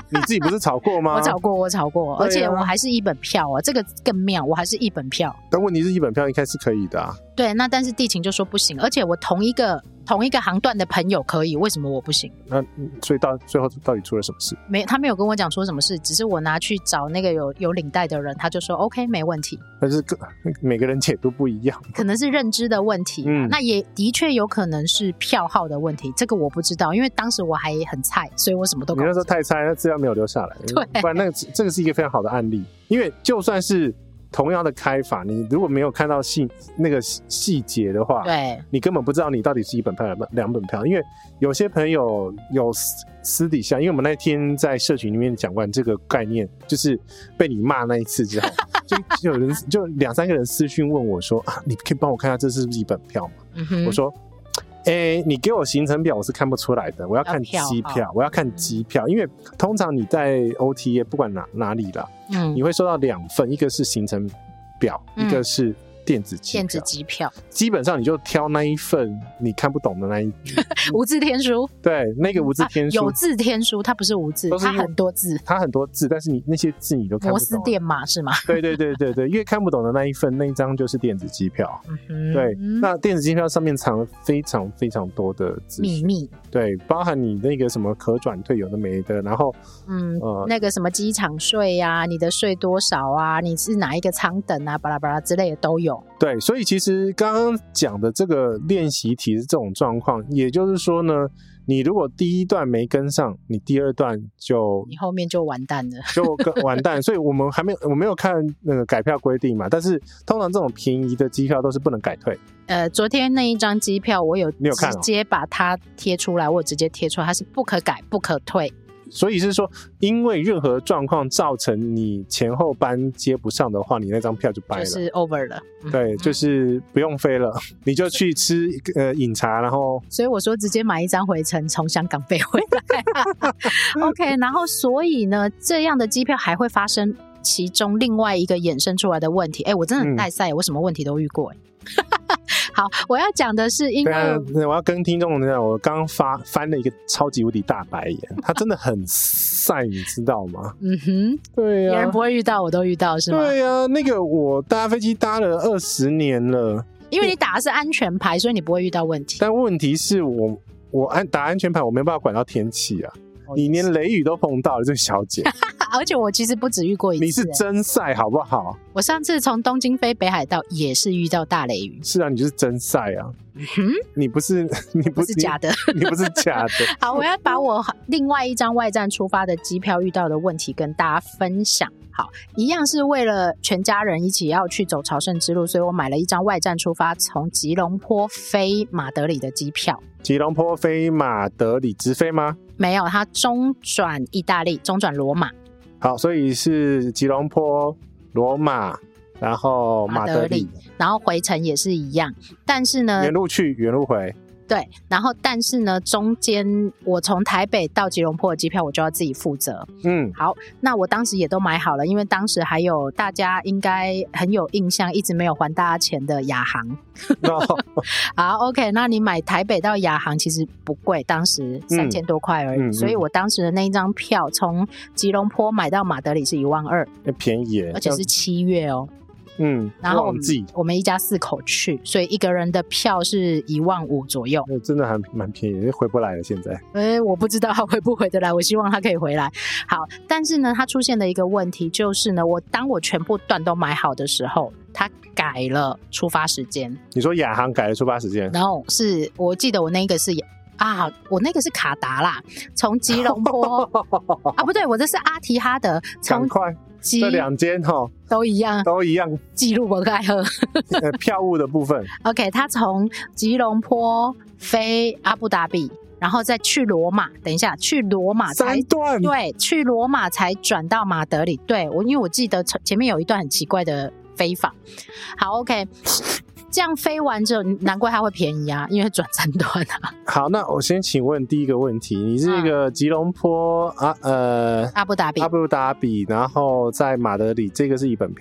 你自己不是炒过吗？ 我炒过，而且我还是一本票这个更妙，我还是一本票。 但问题是一本票应该是可以的啊。 对，那但是地勤就说不行，而且我同一个航段的朋友可以，为什么我不行？ 那所以到最后到底出了什么事？ 他没有跟我讲出什么事，只是我拿去找那个有领带的人，他就说 OK 没问题。 但是每个人解读不一样， 可能是认知的问题，那也的确有可能是票号的问题，这个我不知道，因为当时我还很菜，所以我什么都搞不清楚。 你那时候太菜，那资料没有留下来， 对， 不然这个是一个非常好的案例，因为就算是同样的开法，你如果没有看到那个细节的话， 对， 你根本不知道你到底是一本票还是2本票。因为有些朋友有私底下，因为我们那天在社群里面讲完这个概念，就是被你骂那一次之后，就有人就2-3个人私讯问我说你可以帮我看一下这是不是一本票吗？我说你给我行程表我是看不出来的，我要看机票，我要看机票，因为通常你在 OTA 不管哪里啦，你会收到2份，一个是行程表，一个是电子机票，基本上你就挑那一份你看不懂的那一无字天书， 对，那个无字天书， 有字天书，它不是无字，它很多字， 但是你那些字你都看不懂。摩斯电码是吗？ 对，因为看不懂的那一份那一张就是电子机票，对，那电子机票上面藏了非常非常多的秘密， 对，包含你那个什么可转退有的没的，然后那个什么机场税啊，你的税多少啊，你是哪一个舱等啊，巴拉巴拉之类的都有。 对，所以其实刚刚讲的这个练习题是这种状况，也就是说呢，你如果第一段没跟上，你第二段你后面就完蛋了， 就完蛋。所以我没有看那个改票规定嘛，但是通常这种便宜的机票都是不能改退。 昨天那一张机票我有直接把它贴出来，我有直接贴出来，它是不可改不可退。 所以是说，因为任何状况造成你前后班接不上的话，你那张票就掰了， 就是 over 了。 对，就是不用飞了，你就去吃饮茶，然后。 所以我说直接买一张回程，从香港飞回来。OK， 然后所以呢，这样的机票还会发生其中另外一个衍生出来的问题。我真的很带赛，我什么问题都遇过。好，我要讲的是，因为我要跟听众讲，我刚刚翻了一个超级无敌大白眼，他真的很晒，你知道吗？对呀， 别人不会遇到，我都遇到是吗？ 对呀，那个我搭飞机搭了20年了， 因为你打的是安全牌，所以你不会遇到问题。 但问题是我打安全牌，我没办法管到天气啊。你连雷雨都碰到了，这个小姐。 而且我其实不止遇过一次。 你是真晒好不好？ 我上次从东京飞北海道也是遇到大雷雨。 是啊，你就是真晒啊。你不是假的。 你不是假的。 好，我要把我另外一张外站出发的机票遇到的问题跟大家分享。好，一样是为了全家人一起要去走朝圣之路，所以我买了一张外站出发从吉隆坡飞马德里的机票。 吉隆坡飞马德里直飞吗？ 没有，它中转意大利，中转罗马。 好，所以是吉隆坡、罗马，然后马德里， 然后回程也是一样，但是呢， 原路去，原路回。 对，然后但是呢，中间我从台北到吉隆坡的机票我就要自己负责。好，那我当时也都买好了，因为当时还有大家应该很有印象，一直没有还大家钱的亚航。好 ，OK， 那你买台北到亚航其实不贵，当时3000多块而已，所以我当时的那一张票从吉隆坡买到马德里是12000， 便宜耶， 而且是7月哦。然后我们一家4口去，所以一个人的票是15000左右， 真的还蛮便宜，回不来了现在。 我不知道他回不回得来，我希望他可以回来。好，但是呢，他出现的一个问题就是呢，当我全部段都买好的时候，他改了出发时间。你说亚航改了出发时间？然后我记得我那个是我那个是卡达啦，从吉隆坡不对，我这是阿提哈德， 赶快。这2间都一样，记录不该喝票务的部分。 OK， 他从吉隆坡飞阿布达比，然后再去罗马。等一下，去罗马才 3段， 对，去罗马才转到马德里。对，因为我记得前面有一段很奇怪的飞法。好 ，OK。这样飞完之后，难怪它会便宜啊，因为转3段啊。 好，那我先请问第一个问题，你是一个吉隆坡阿布达比，然后在马德里，这个是1本票吧？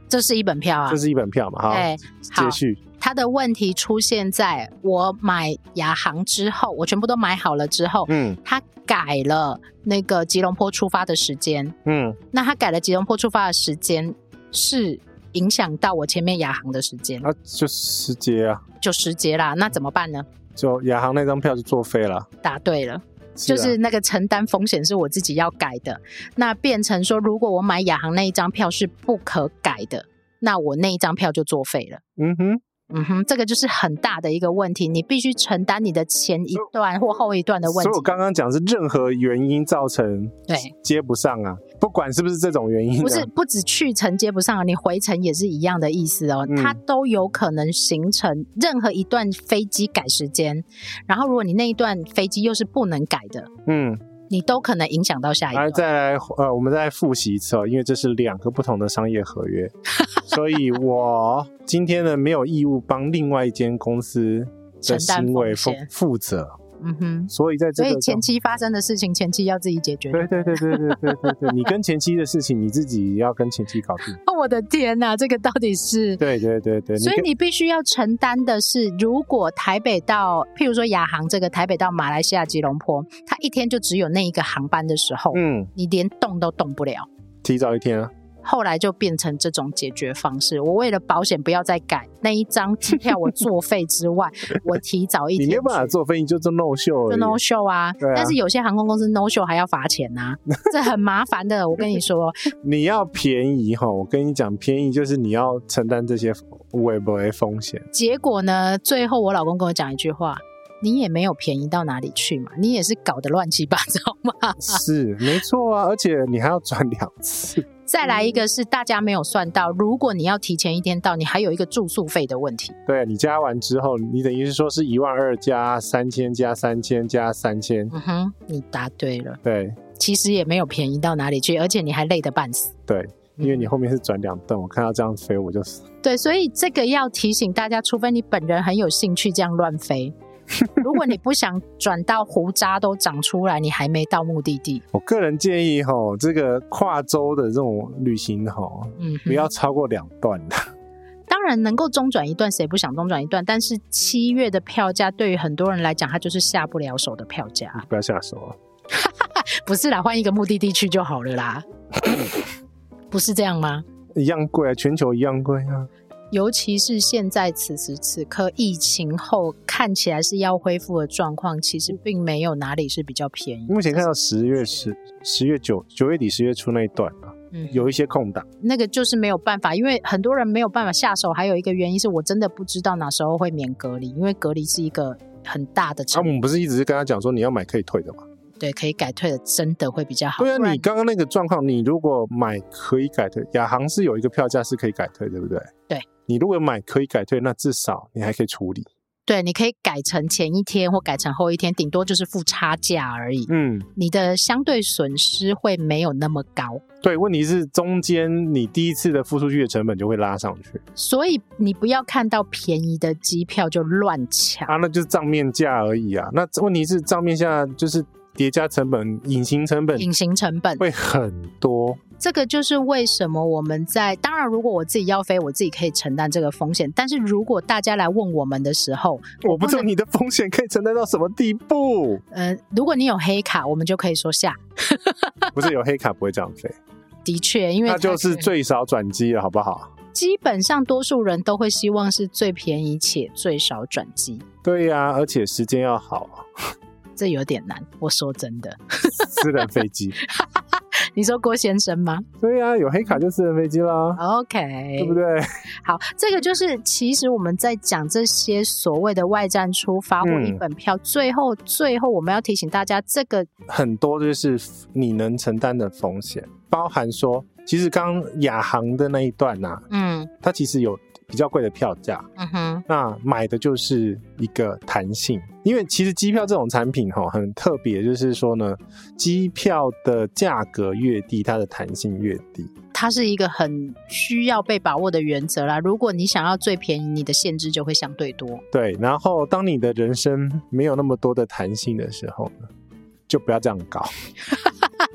这是一本票啊， 这是一本票嘛？好，接续。 他的问题出现在我买亚航之后，我全部都买好了之后，他改了那个吉隆坡出发的时间，那他改了吉隆坡出发的时间是影响到我前面亚航的时间， 就失节啊， 就失节啦，那怎么办呢？ 就亚航那张票就作废了。 答对了。就是那个承担风险是我自己要改的，那变成说如果我买亚航那一张票是不可改的，那我那一张票就作废了。这个就是很大的一个问题，你必须承担你的前一段或后一段的问题。 所以我刚刚讲是任何原因造成接不上啊，不管是不是这种原因， 不止去程接不上，你回程也是一样的意思哦，它都有可能形成任何一段飞机改时间，然后如果你那一段飞机又是不能改的，你都可能影响到下一段。 再来我们再复习一次因为这是2个不同的商业合约所以我今天呢没有义务帮另外一间公司的行为负责。所以前期发生的事情前期要自己解决。 对，你跟前期的事情你自己要跟前期搞定。 我的天哪，这个到底是对， 所以你必须要承担的是，如果台北到譬如说亚航这个台北到马来西亚吉隆坡，它一天就只有那一个航班的时候，你连动都动不了， 提早一天啊。 后来就变成这种解决方式，我为了保险不要再改那一张机票我作废之外我提早一天你没有办法作废，你就 no show 就 no show 啊。但是有些航空公司 no show 还要罚钱啊这很麻烦的。我跟你说你要便宜我跟你讲，便宜就是你要承担这些微薄的风险。 结果呢，最后我老公跟我讲一句话，你也没有便宜到哪里去嘛，你也是搞得乱七八糟嘛。 是没错啊，而且你还要转2次。 再来一个是大家没有算到，如果你要提前1天到，你还有一个住宿费的问题。 对，你加完之后，你等于是说是12000加3000加3000加3000。 你答对了。 对， 其实也没有便宜到哪里去，而且你还累得半死。 对，因为你后面是转2蹬，我看到这样飞我就死。 对，所以这个要提醒大家，除非你本人很有兴趣这样乱飞如果你不想转到胡渣都长出来，你还没到目的地。 我个人建议这个跨州的这种旅行不要超过2段的。 当然能够中转一段，谁不想中转一段？但是7月的票价对于很多人来讲，它就是下不了手的票价。 不要下手啊不是啦，换一个目的地去就好了啦不是这样吗？ 一样贵啊，全球一样贵啊。 尤其是现在此时此刻疫情后看起来是要恢复的状况，其实并没有哪里是比较便宜。 目前看到9月底10月初那一段有一些空档， 那个就是没有办法，因为很多人没有办法下手。还有一个原因是我真的不知道哪时候会免隔离，因为隔离是一个很大的成本。 我们不是一直是跟他讲说你要买可以退的吗？ 对，可以改退的真的会比较好。 对啊，你刚刚那个状况，你如果买可以改退，亚航是有一个票价是可以改退，对不对？ 对， 你如果买可以改退，那至少你还可以处理。 对，你可以改成前一天或改成后一天，顶多就是付差价而已。你的相对损失会没有那么高。 对，问题是中间你第一次的付出去的成本就会拉上去， 所以你不要看到便宜的机票就乱抢那就是账面价而已啊。那问题是账面价就是叠加成本、隐形成本会很多。 这个就是为什么我们当然如果我自己要飞，我自己可以承担这个风险，但是如果大家来问我们的时候， 我不知道你的风险可以承担到什么地步。 如果你有黑卡，我们就可以说下不是有黑卡不会这样飞的确，因为那就是最少转机了，好不好？ 基本上多数人都会希望是最便宜且最少转机。 对啊，而且时间要好这有点难，我说真的私人飞机你说郭先生吗？ 对啊，有黑卡就私人飞机啦 OK 对不对？ 好，这个就是其实我们在讲这些所谓的外站出发或一本票，最后我们要提醒大家，这个很多就是你能承担的风险，包含说其实刚亚航的那一段它其实有比较贵的票价，那买的就是一个弹性。因为其实机票这种产品很特别，就是说呢，机票的价格越低，它的弹性越低。 它是一个很需要被把握的原则啦。如果你想要最便宜，你的限制就会相对多。 对，然后当你的人生没有那么多的弹性的时候呢，就不要这样搞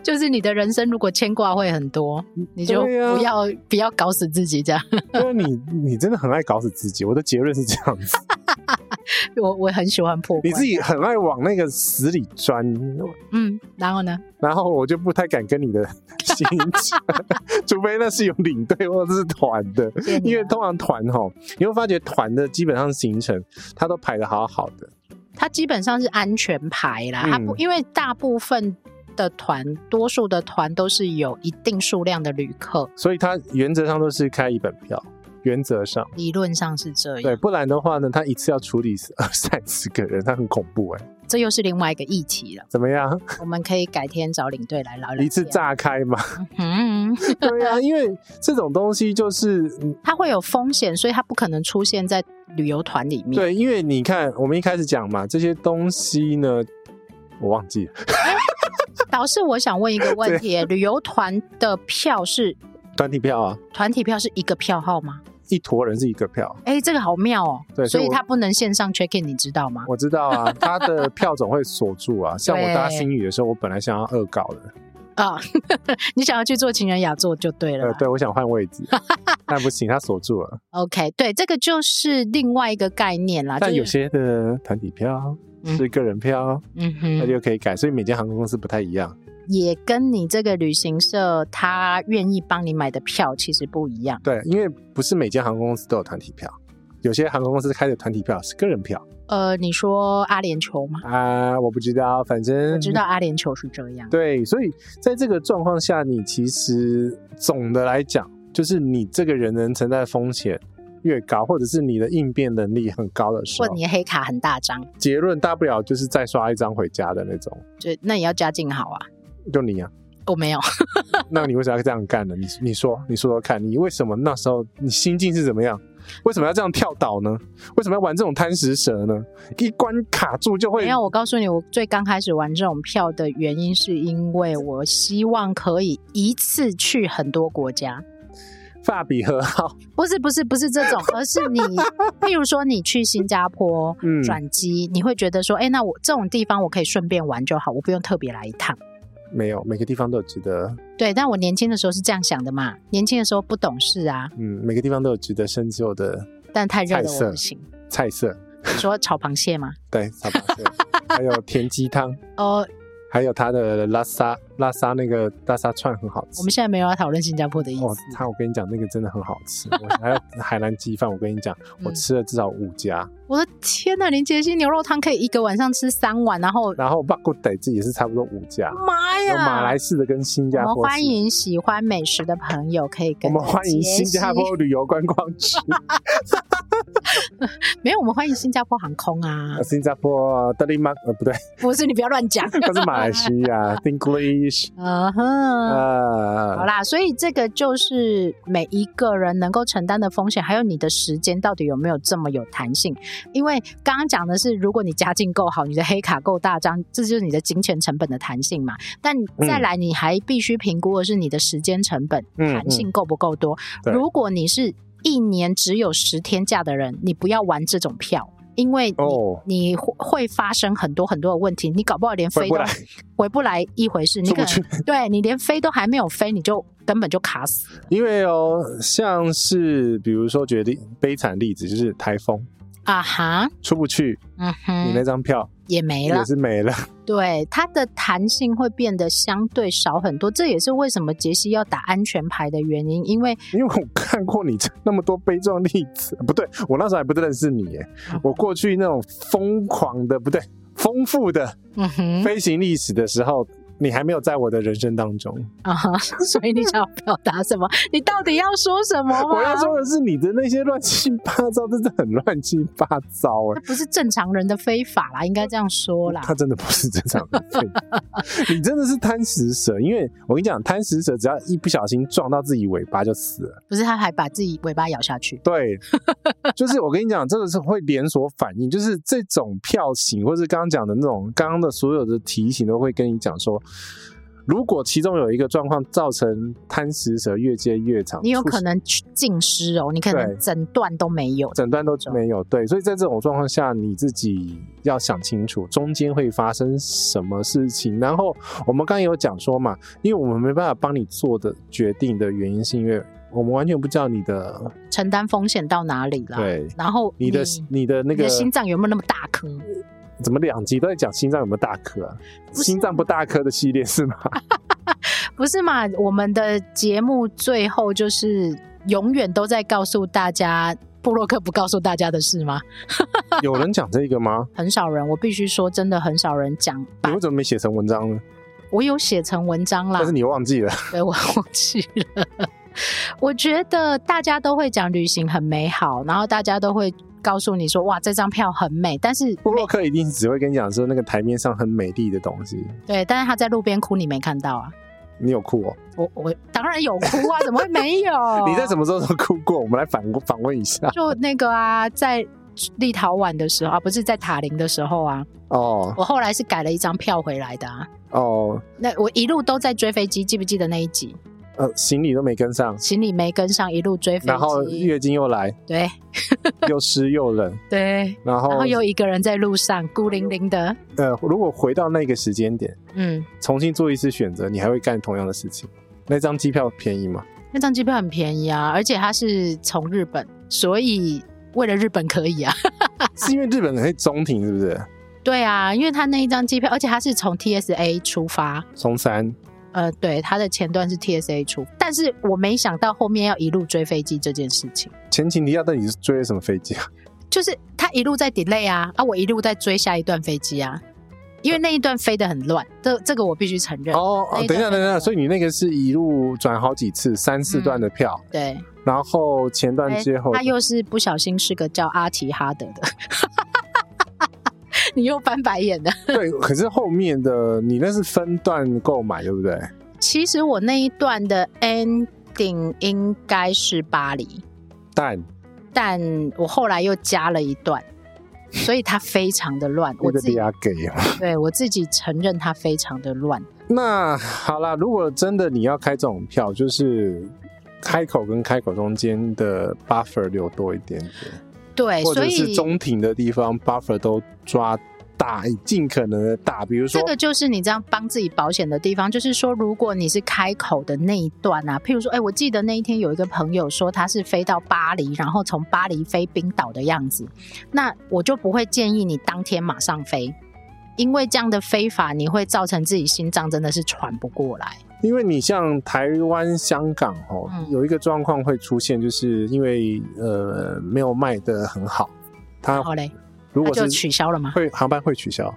就是你的人生如果牵挂会很多，你就不要搞死自己这样。 因为你真的很爱搞死自己，我的结论是这样子。 我很喜欢破关， 你自己很爱往那个死里钻。 然后呢？ 然后我就不太敢跟你的行程，除非那是有领队或者是团的，因为通常团你会发觉团的基本上行程它都排得好好的， 它基本上是安全排啦，因为大部分的团，多数的团都是有一定数量的旅客， 所以它原则上都是开一本票。原则上理论上是这样， 对，不然的话呢，他一次要处理20-30个人，他很恐怖这又是另外一个议题了。 怎么样？ 我们可以改天找领队来聊聊， 一次炸开嘛。对啊，因为这种东西就是它会有风险，所以它不可能出现在旅游团里面。 对，因为你看我们一开始讲嘛，这些东西呢我忘记了。 导师，我想问一个问题，旅游团的票是团体票啊？ 团体票是一个票号吗？ 一坨人是一个票。 这个好妙哦。 对， 所以他不能线上 check in， 你知道吗？ 我知道啊，他的票总会锁住啊。像我搭星宇的时候，我本来想要恶搞的你想要去做情人雅座就对了。 对，我想换位置，但不行，他锁住了。 OK， 对，这个就是另外一个概念啦。 但有些的团体票是个人票，那就可以改，所以每间航空公司不太一样。 也跟你这个旅行社他愿意帮你买的票其实不一样。 对，因为不是每间航空公司都有团体票，有些航空公司开的团体票是个人票。 你说阿联酋吗？ 我不知道，反正我知道阿联酋是这样。 对，所以在这个状况下，你其实总的来讲，就是你这个人能承担的风险越高，或者是你的应变能力很高的时候， 或者你的黑卡很大张， 结论大不了就是再刷一张回家的那种。 那也要家境好啊。 就你啊？ 我没有。 那你为什么要这样干呢？你说看，你为什么那时候你心境是怎么样？为什么要这样跳岛呢？为什么要玩这种贪食蛇呢？一关卡住就会。 没有，我告诉你，我最刚开始玩这种票的原因是因为我希望可以一次去很多国家。 法比和好？ 不是这种，而是你譬如说你去新加坡转机，你会觉得说那我这种地方我可以顺便玩就好，我不用特别来一趟。 没有，每个地方都有值得。 对，但我年轻的时候是这样想的嘛，年轻的时候不懂事啊。 每个地方都有值得深究的， 但太热了我不行。 菜色， 你说炒螃蟹吗？ 对，炒螃蟹，还有甜鸡汤。还有它的拉沙那个拉沙串很好吃。 我们现在没有要讨论新加坡的意思。 我跟你讲，那个真的很好吃。还有海南鸡饭，我跟你讲，我吃了至少5家。 我的天哪，林杰西牛肉汤可以一个晚上吃3碗，然后巴古得自己也是差不多5家。 妈呀！ 有马来式的跟新加坡。 我们欢迎喜欢美食的朋友可以跟我们欢迎新加坡旅游观光局。 没有，我们欢迎新加坡航空啊。 新加坡德里马不对， 不是，你不要乱讲。 那是马来西亚。English。 好啦，所以这个就是每一个人能够承担的风险，还有你的时间到底有没有这么有弹性。因为刚刚讲的是，如果你家境够好，你的黑卡够大张，这就是你的金钱成本的弹性嘛。但再来，你还必须评估的是你的时间成本弹性够不够多。如果你是1年只有10天假的人，你不要玩这种票。因为你会发生很多很多的问题，你搞不好连飞都回不来一回事，你可能对你连飞都还没有飞，你就根本就卡死了。 因为像是比如说举例悲惨例子就是台风出不去，你那张票也没了， 也是没了。 对，它的弹性会变得相对少很多，这也是为什么杰西要打安全牌的原因。因为我看过你那么多悲壮例子，不对，我那时候还不认识你耶。我过去那种疯狂的，不对，丰富的飞行历史的时候，你还没有在我的人生当中所以你想要表达什么？你到底要说什么吗？ 我要说的是你的那些乱七八糟，真的很乱七八糟这不是正常人的非法啦，应该这样说啦。 他真的不是正常人的非法你真的是贪食蛇，因为我跟你讲，贪食蛇只要一不小心撞到自己尾巴就死了。 不是，他还把自己尾巴咬下去。 对就是我跟你讲，这个是会连锁反应，就是这种票型或是刚刚讲的那种，刚刚的所有的题型都会跟你讲说如果其中有一个状况造成贪食蛇越接越长， 你有可能浸湿哦，你可能整段都没有， 整段都没有。对，所以在这种状况下，你自己要想清楚中间会发生什么事情。然后我们刚刚有讲说嘛，因为我们没办法帮你做的决定的原因，是因为我们完全不知道你的承担风险到哪里啦。 对， 然后你的那个你的心脏有没有那么大颗？ 怎么2集都在讲心脏有没有大颗啊？心脏不大颗的系列是吗？ 不是嘛？我们的节目最后就是永远都在告诉大家部落客不告诉大家的事吗？ 有人讲这个吗？ 很少人，我必须说真的很少人讲。 你为什么没写成文章呢？ 我有写成文章啦， 但是你忘记了。 对，我忘记了。我觉得大家都会讲旅行很美好，然后大家都会告诉你说哇这张票很美，但是部落客一定只会跟你讲说那个台面上很美丽的东西。 对，但是他在路边哭你没看到啊。 你有哭哦？ 我当然有哭啊，怎么会没有？ 你在什么时候都哭过？我们来访问一下。 就那个啊，在立陶宛的时候啊，不是在塔林的时候啊。 哦， 我后来是改了一张票回来的啊。 哦， 那我一路都在追飞机，记不记得那一集？ 行李都没跟上， 行李没跟上，一路追飞机， 然后月经又来， 对， 又湿又冷， 对，然后又一个人在路上孤零零的。 如果回到那个时间点，重新做一次选择，你还会干同样的事情？那张机票便宜吗？ 那张机票很便宜啊，而且它是从日本，所以为了日本可以啊。 是因为日本可以中停是不是？ 对啊，因为他那一张机票，而且他是从 TSA 出发， 松山。 对，他的前段是 TSA 出，但是我没想到后面要一路追飞机这件事情。 前情提要，到底是追了什么飞机啊？ 就是他一路在 delay 啊，我一路在追下一段飞机啊，因为那一段飞得很乱，这个我必须承认。 等一下，所以你那个是一路转好几次，3、4段的票， 对， 然后前段接后， 他又是不小心是个叫阿提哈德的。你又翻白眼的。 对，可是后面的你那是分段购买对不对？ 其实我那一段的 ending 应该是巴黎，但我后来又加了一段，所以它非常的乱。我自己对我自己承认它非常的乱。 那好啦，如果真的你要开这种票，就是开口跟开口中间的 buffer 留多一点点。 对， 或者是中庭的地方 buffer 都抓大，尽可能的大。比如说这个就是你这样帮自己保险的地方，就是说如果你是开口的那一段啊，譬如说我记得那一天有一个朋友说他是飞到巴黎，然后从巴黎飞冰岛的样子，那我就不会建议你当天马上飞，因为这样的飞法你会造成自己心脏真的是喘不过来。 因为你像台湾、香港有一个状况会出现，就是因为没有卖得很好，它如果是就取消了吗？ 航班会取消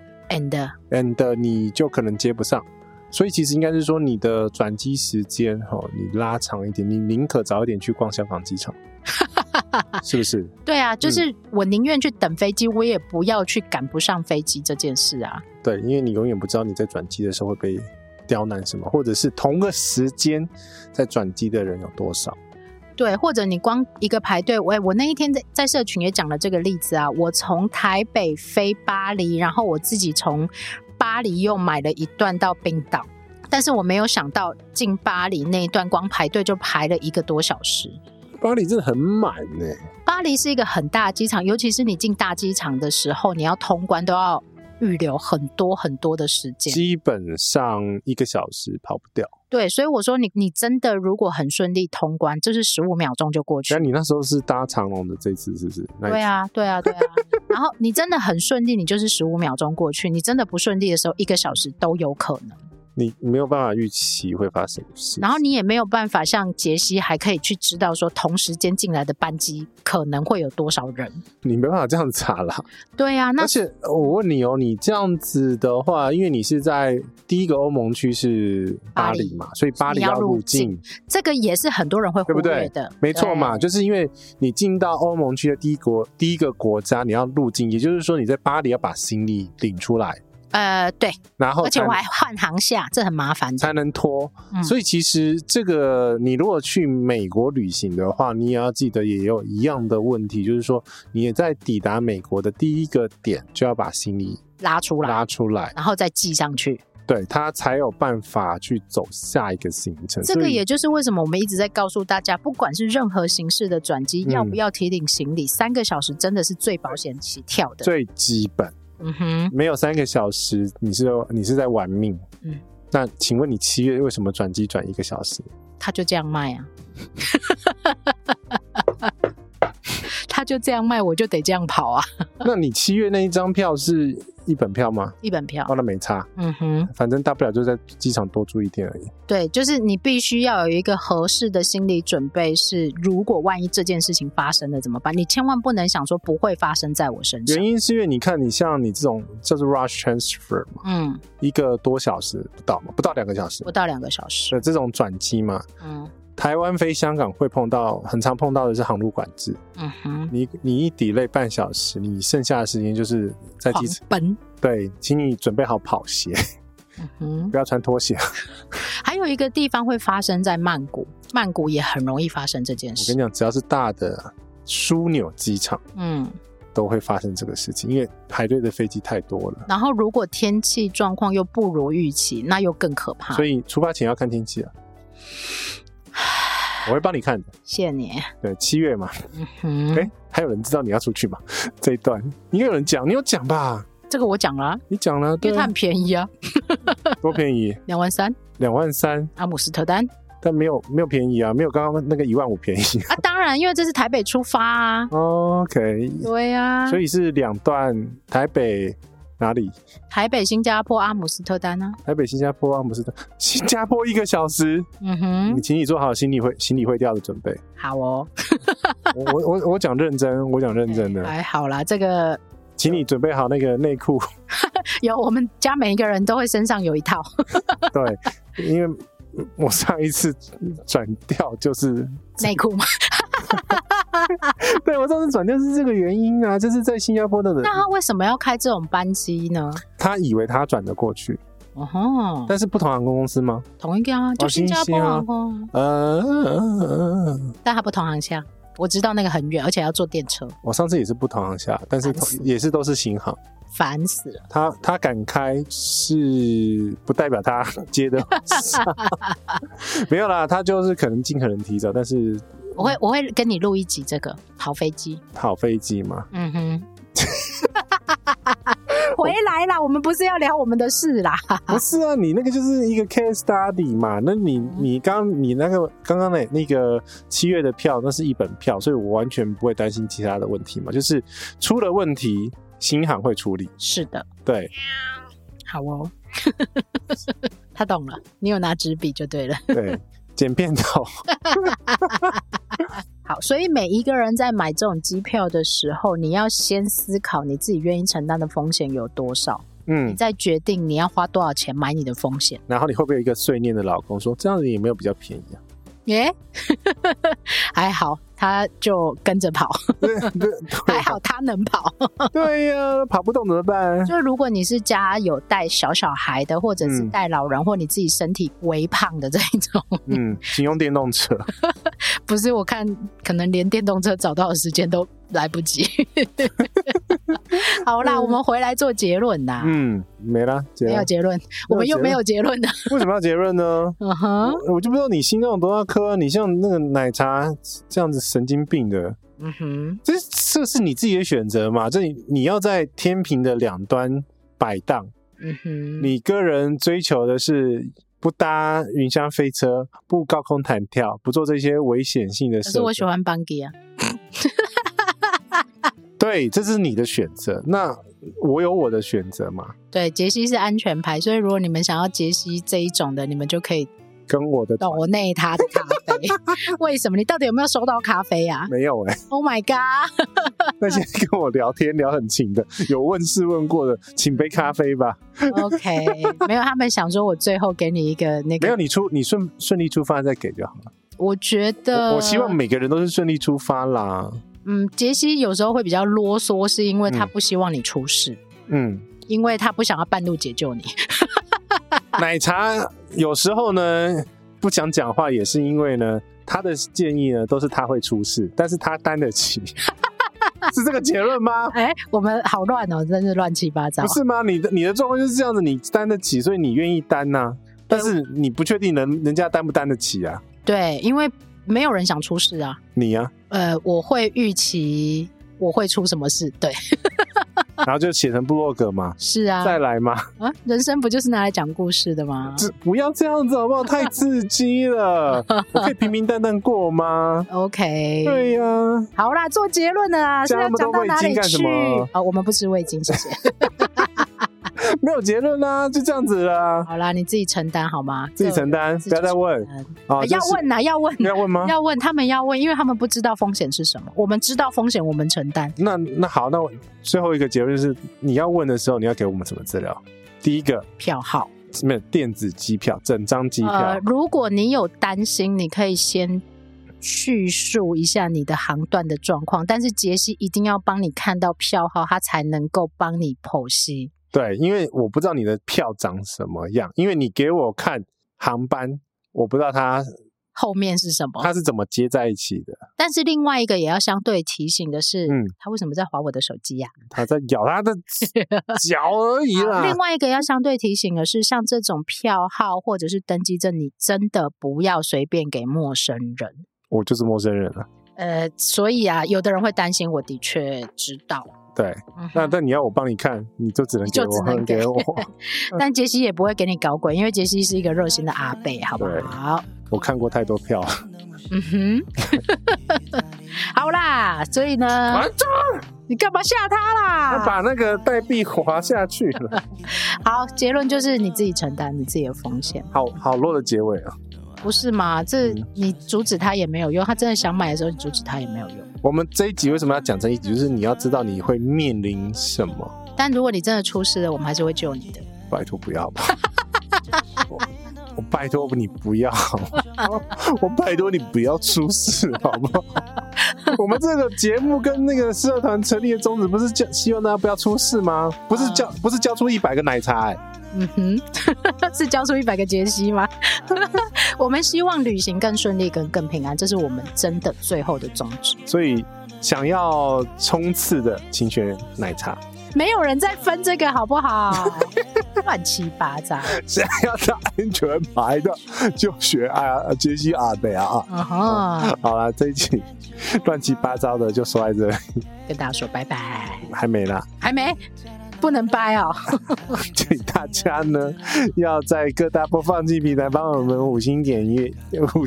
，and 你就可能接不上，所以其实应该是说你的转机时间你拉长一点，你宁可早一点去逛香港机场。是不是？ 对啊，就是我宁愿去等飞机，我也不要去赶不上飞机这件事啊。 对，因为你永远不知道你在转机的时候会被刁难什么，或者是同个时间在转机的人有多少。 对，或者你光一个排队，我那一天在社群也讲了这个例子啊，我从台北飞巴黎，然后我自己从巴黎又买了一段到冰岛，但是我没有想到进巴黎那一段光排队就排了1个多小时。 巴黎真的很满耶。 巴黎是一个很大的机场，尤其是你进大机场的时候，你要通关都要预留很多很多的时间， 基本上1个小时跑不掉。 对，所以我说你真的如果很顺利通关，就是15秒钟就过去。 那你那时候是搭长龙的这次是不是？ 对啊。然后你真的很顺利，你就是15秒钟过去；你真的不顺利的时候，1个小时都有可能。 你没有办法预期会发生事， 然后你也没有办法像杰西还可以去知道说同时间进来的班机可能会有多少人， 你没办法这样查啦。 对啊， 而且我问你你这样子的话，因为你是在第一个欧盟区是巴黎嘛，所以巴黎要入境， 这个也是很多人会忽略的， 对不对？没错嘛，就是因为你进到欧盟区的第一个国家你要入境，也就是说你在巴黎要把行李领出来。 对， 然后而且我还换航下，这很麻烦的， 才能拖。所以其实这个你如果去美国旅行的话，你也要记得也有一样的问题，就是说你也在抵达美国的第一个点就要把行李拉出来， 然后再寄上去。 对，他才有办法去走下一个行程。 这个也就是为什么我们一直在告诉大家，不管是任何形式的转机，要不要提领行李，3个小时真的是最保险起跳的， 最基本。没有3个小时，你是在玩命。那请问你7月为什么转机转1个小时？ 他就这样卖啊。他就这样卖，我就得这样跑啊。 那你7月那一张票是1本票吗 ？1本票。 那没差。反正大不了就在机场多住1天而已。对， 就是你必须要有一个合适的心理准备，是如果万一这件事情发生了怎么办？你千万不能想说不会发生在我身上。 原因是因为你看，你像你这种叫做 rush transfer 嘛，1个多小时不到嘛，不到2个小时， 不到2个小时的这种转机嘛，台湾飞香港会很常碰到的是航路管制。你一 delay 半小时，你剩下的时间就是在机场奔。 对，请你准备好跑鞋，不要穿拖鞋。 还有一个地方会发生在曼谷，曼谷也很容易发生这件事。 我跟你讲，只要是大的枢纽机场，都会发生这个事情，因为排队的飞机太多了。 然后如果天气状况又不如预期，那又更可怕。 所以出发前要看天气啊。我会帮你看的， 谢谢你。 对，7月嘛。还有人知道你要出去吗？这一段应该有人讲，你有讲吧？ 这个我讲了啊。 你讲了，对， 因为它很便宜啊。 多便宜 ？23000。 23000。 阿姆斯特丹。 但没有便宜啊，没有刚刚那个15000便宜啊。当然，因为这是台北出发啊。 OK。 对啊。 所以是2段，台北哪里？ 台北、新加坡、阿姆斯特丹啊。 台北、新加坡、阿姆斯特丹，新加坡1个小时。你请你做好行李会掉的准备。 好哦。 我讲认真，我讲认真的。 还好啦，这个。 请你准备好那个内裤。 有，我们家每一个人都会身上有一套。 对，因为我上一次转调就是内裤嘛。 对，我上次转调是这个原因啊，就是在新加坡的人。 那他为什么要开这种班机呢？ 他以为他转得过去。但是不同航空公司吗？ 同一个啊，就新加坡航空。但他不同航向。我知道那个很远，而且要坐电车。我上次也是不同航厦，但是也是都是新航。 烦死了。 他敢开是不代表他接的上。没有啦，他就是可能尽可能提早，但是我会跟你录一集这个好飞机。 好飞机嘛。 回来啦，我们不是要聊我们的事啦。 不是啊，你那个就是一个 case study 嘛。那你那个刚刚的那个7月的票，那是1本票，所以我完全不会担心其他的问题嘛。就是出了问题，新航会处理。 是的， 对。 好哦。他懂了，你有拿纸笔就对了。 对，剪片头。 好，所以每一个人在买这种机票的时候，你要先思考你自己愿意承担的风险有多少，你再决定你要花多少钱买你的风险。 然后你会不会有一个碎念的老公说，这样子也没有比较便宜啊？ 还好他就跟着跑。还好他能跑。 对呀，跑不动怎么办？ 就如果你是家有带小孩的，或者是带老人，或你自己身体微胖的这一种， 请用电动车。 不是，我看可能连电动车找到的时间都来不及。好啦，我们回来做结论啦。 没啦， 没有结论，我们又没有结论的。 为什么要结论呢？我就不知道你心脏有多大颗啊！你像那个奶茶这样子神经病的。这是你自己的选择嘛？这你要在天平的两端摆荡。你个人追求的是不搭云霄飞车，不高空弹跳，不做这些危险性的事。可是我喜欢 bungee 啊。 对，这是你的选择，那我有我的选择嘛。 对，杰西是安全牌，所以如果你们想要杰西这一种的，你们就可以跟我的抖内他的咖啡。为什么？你到底有没有收到咖啡啊？ 没有 Oh my god。 那些跟我聊天聊很勤的，有问事问过的，请杯咖啡吧。 OK。 没有，他们想说我最后给你一个那个， 没有，你顺利出发再给就好了。 我觉得我希望每个人都是顺利出发啦。 杰西有时候会比较啰嗦，是因为他不希望你出事。因为他不想要半路解救你。 奶茶有时候呢不想讲话，也是因为呢他的建议呢都是他会出事，但是他担得起。 是这个结论吗？ 我们好乱哦，真是乱七八糟。 不是吗？你的状况就是这样子，你担得起，所以你愿意担啊，但是你不确定人家担不担得起啊。 对，因为没有人想出事啊。 你啊？ 我会预期我会出什么事，对。 然后就写成部落格嘛。 是啊。 再来嘛。 人生不就是拿来讲故事的吗？ 不要这样子好不好？太刺激了。我可以平平淡淡过吗？ OK。 对呀。 好啦，做结论了啦。是要讲到哪里去？我们不吃味精，谢谢。 没有结论啦，就这样子啦。 好啦，你自己承担好吗？ 自己承担，不要再问。 要问啊，要问。 要问吗？ 要问，他们要问，因为他们不知道风险是什么。我们知道风险，我们承担。 那好，那我最后一个结论是，你要问的时候，你要给我们什么资料？第一个， 票号， 没有电子机票，整张机票。 如果你有担心，你可以先叙述一下你的航段的状况，但是杰西一定要帮你看到票号，他才能够帮你剖析。 对，因为我不知道你的票长什么样，因为你给我看航班，我不知道它后面是什么， 它是怎么接在一起的。 但是另外一个也要相对提醒的是，他为什么在滑我的手机啊？ 他在咬他的脚而已啦。 另外一个要相对提醒的是，像这种票号或者是登机证，你真的不要随便给陌生人。 我就是陌生人啊。 所以啊，有的人会担心，我的确知道。 对，但你要我帮你看，你就只能给我。 但杰西也不会给你搞鬼，因为杰西是一个热心的阿伯，好不好？ 我看过太多票。 好啦，所以呢，你干嘛吓他啦？ 他把那个代币滑下去了。 好，结论就是你自己承担你自己的风险。 好弱的结尾啊。 不是吗？这你阻止他也没有用，他真的想买的时候，你阻止他也没有用。我们这一集为什么要讲这一集？就是你要知道你会面临什么。 但如果你真的出事了，我们还是会救你的。 拜托不要吧。我拜托你不要，我拜托你不要出事，好不好？我们这个节目跟那个社团成立的宗旨不是希望大家不要出事吗？不是交出100个奶茶是交出100个杰西吗？我们希望旅行更顺利更平安，这是我们真的最后的宗旨。 所以想要冲刺的请选奶茶。 没有人在分这个好不好？乱七八糟。 想要打安全牌的就选杰西阿北啊。好啦，这一集乱七八糟的就说在这里， 跟大家说拜拜。 还没啦？ 还没，不能掰哦。 请大家呢要在各大播放器平台帮我们5星点阅，5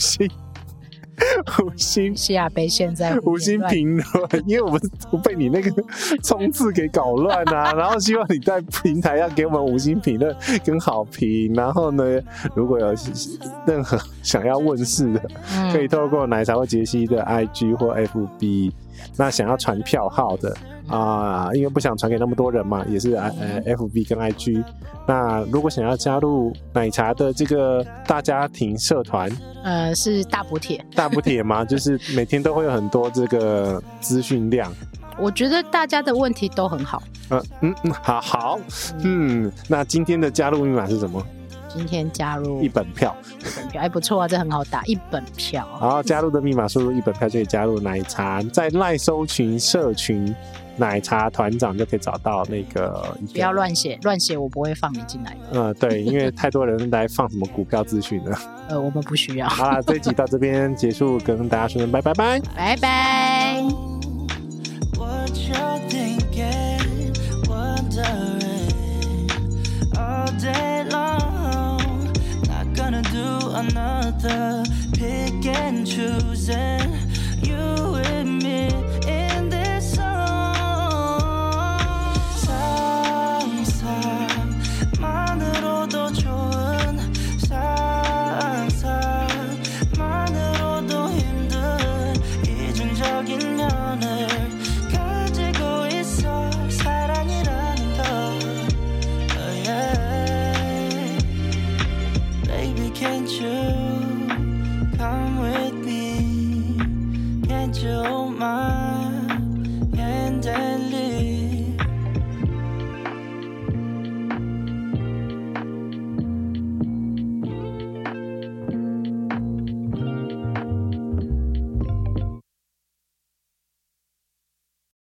星西亚杯现在 5星评论，因为我们被你那个冲刺给搞乱啊。然后希望你在平台要给我们5星评论跟好评。然后呢，如果有任何想要问事的，可以透过奶茶或杰西的 IG 或 FB。那想要传票号的因为不想传给那么多人嘛，也是FB 跟 IG。那如果想要加入奶茶的这个大家庭社团， 是大补帖。 大补帖吗？就是每天都会有很多这个资讯量。 我觉得大家的问题都很好。 好，那今天的加入密码是什么？ 今天加入 1本票， 不错啊，这很好打，1本票。 好，加入的密码输入1本票就可以加入奶茶，在LINE搜群社群奶茶团长就可以找到那个。 不要乱写我不会放你进来的。对，因为太多人来放什么股票资讯了。 我们不需要。 好啦，这一集到這邊結束，跟大家說聲拜拜拜， 拜拜。Another pick and choosing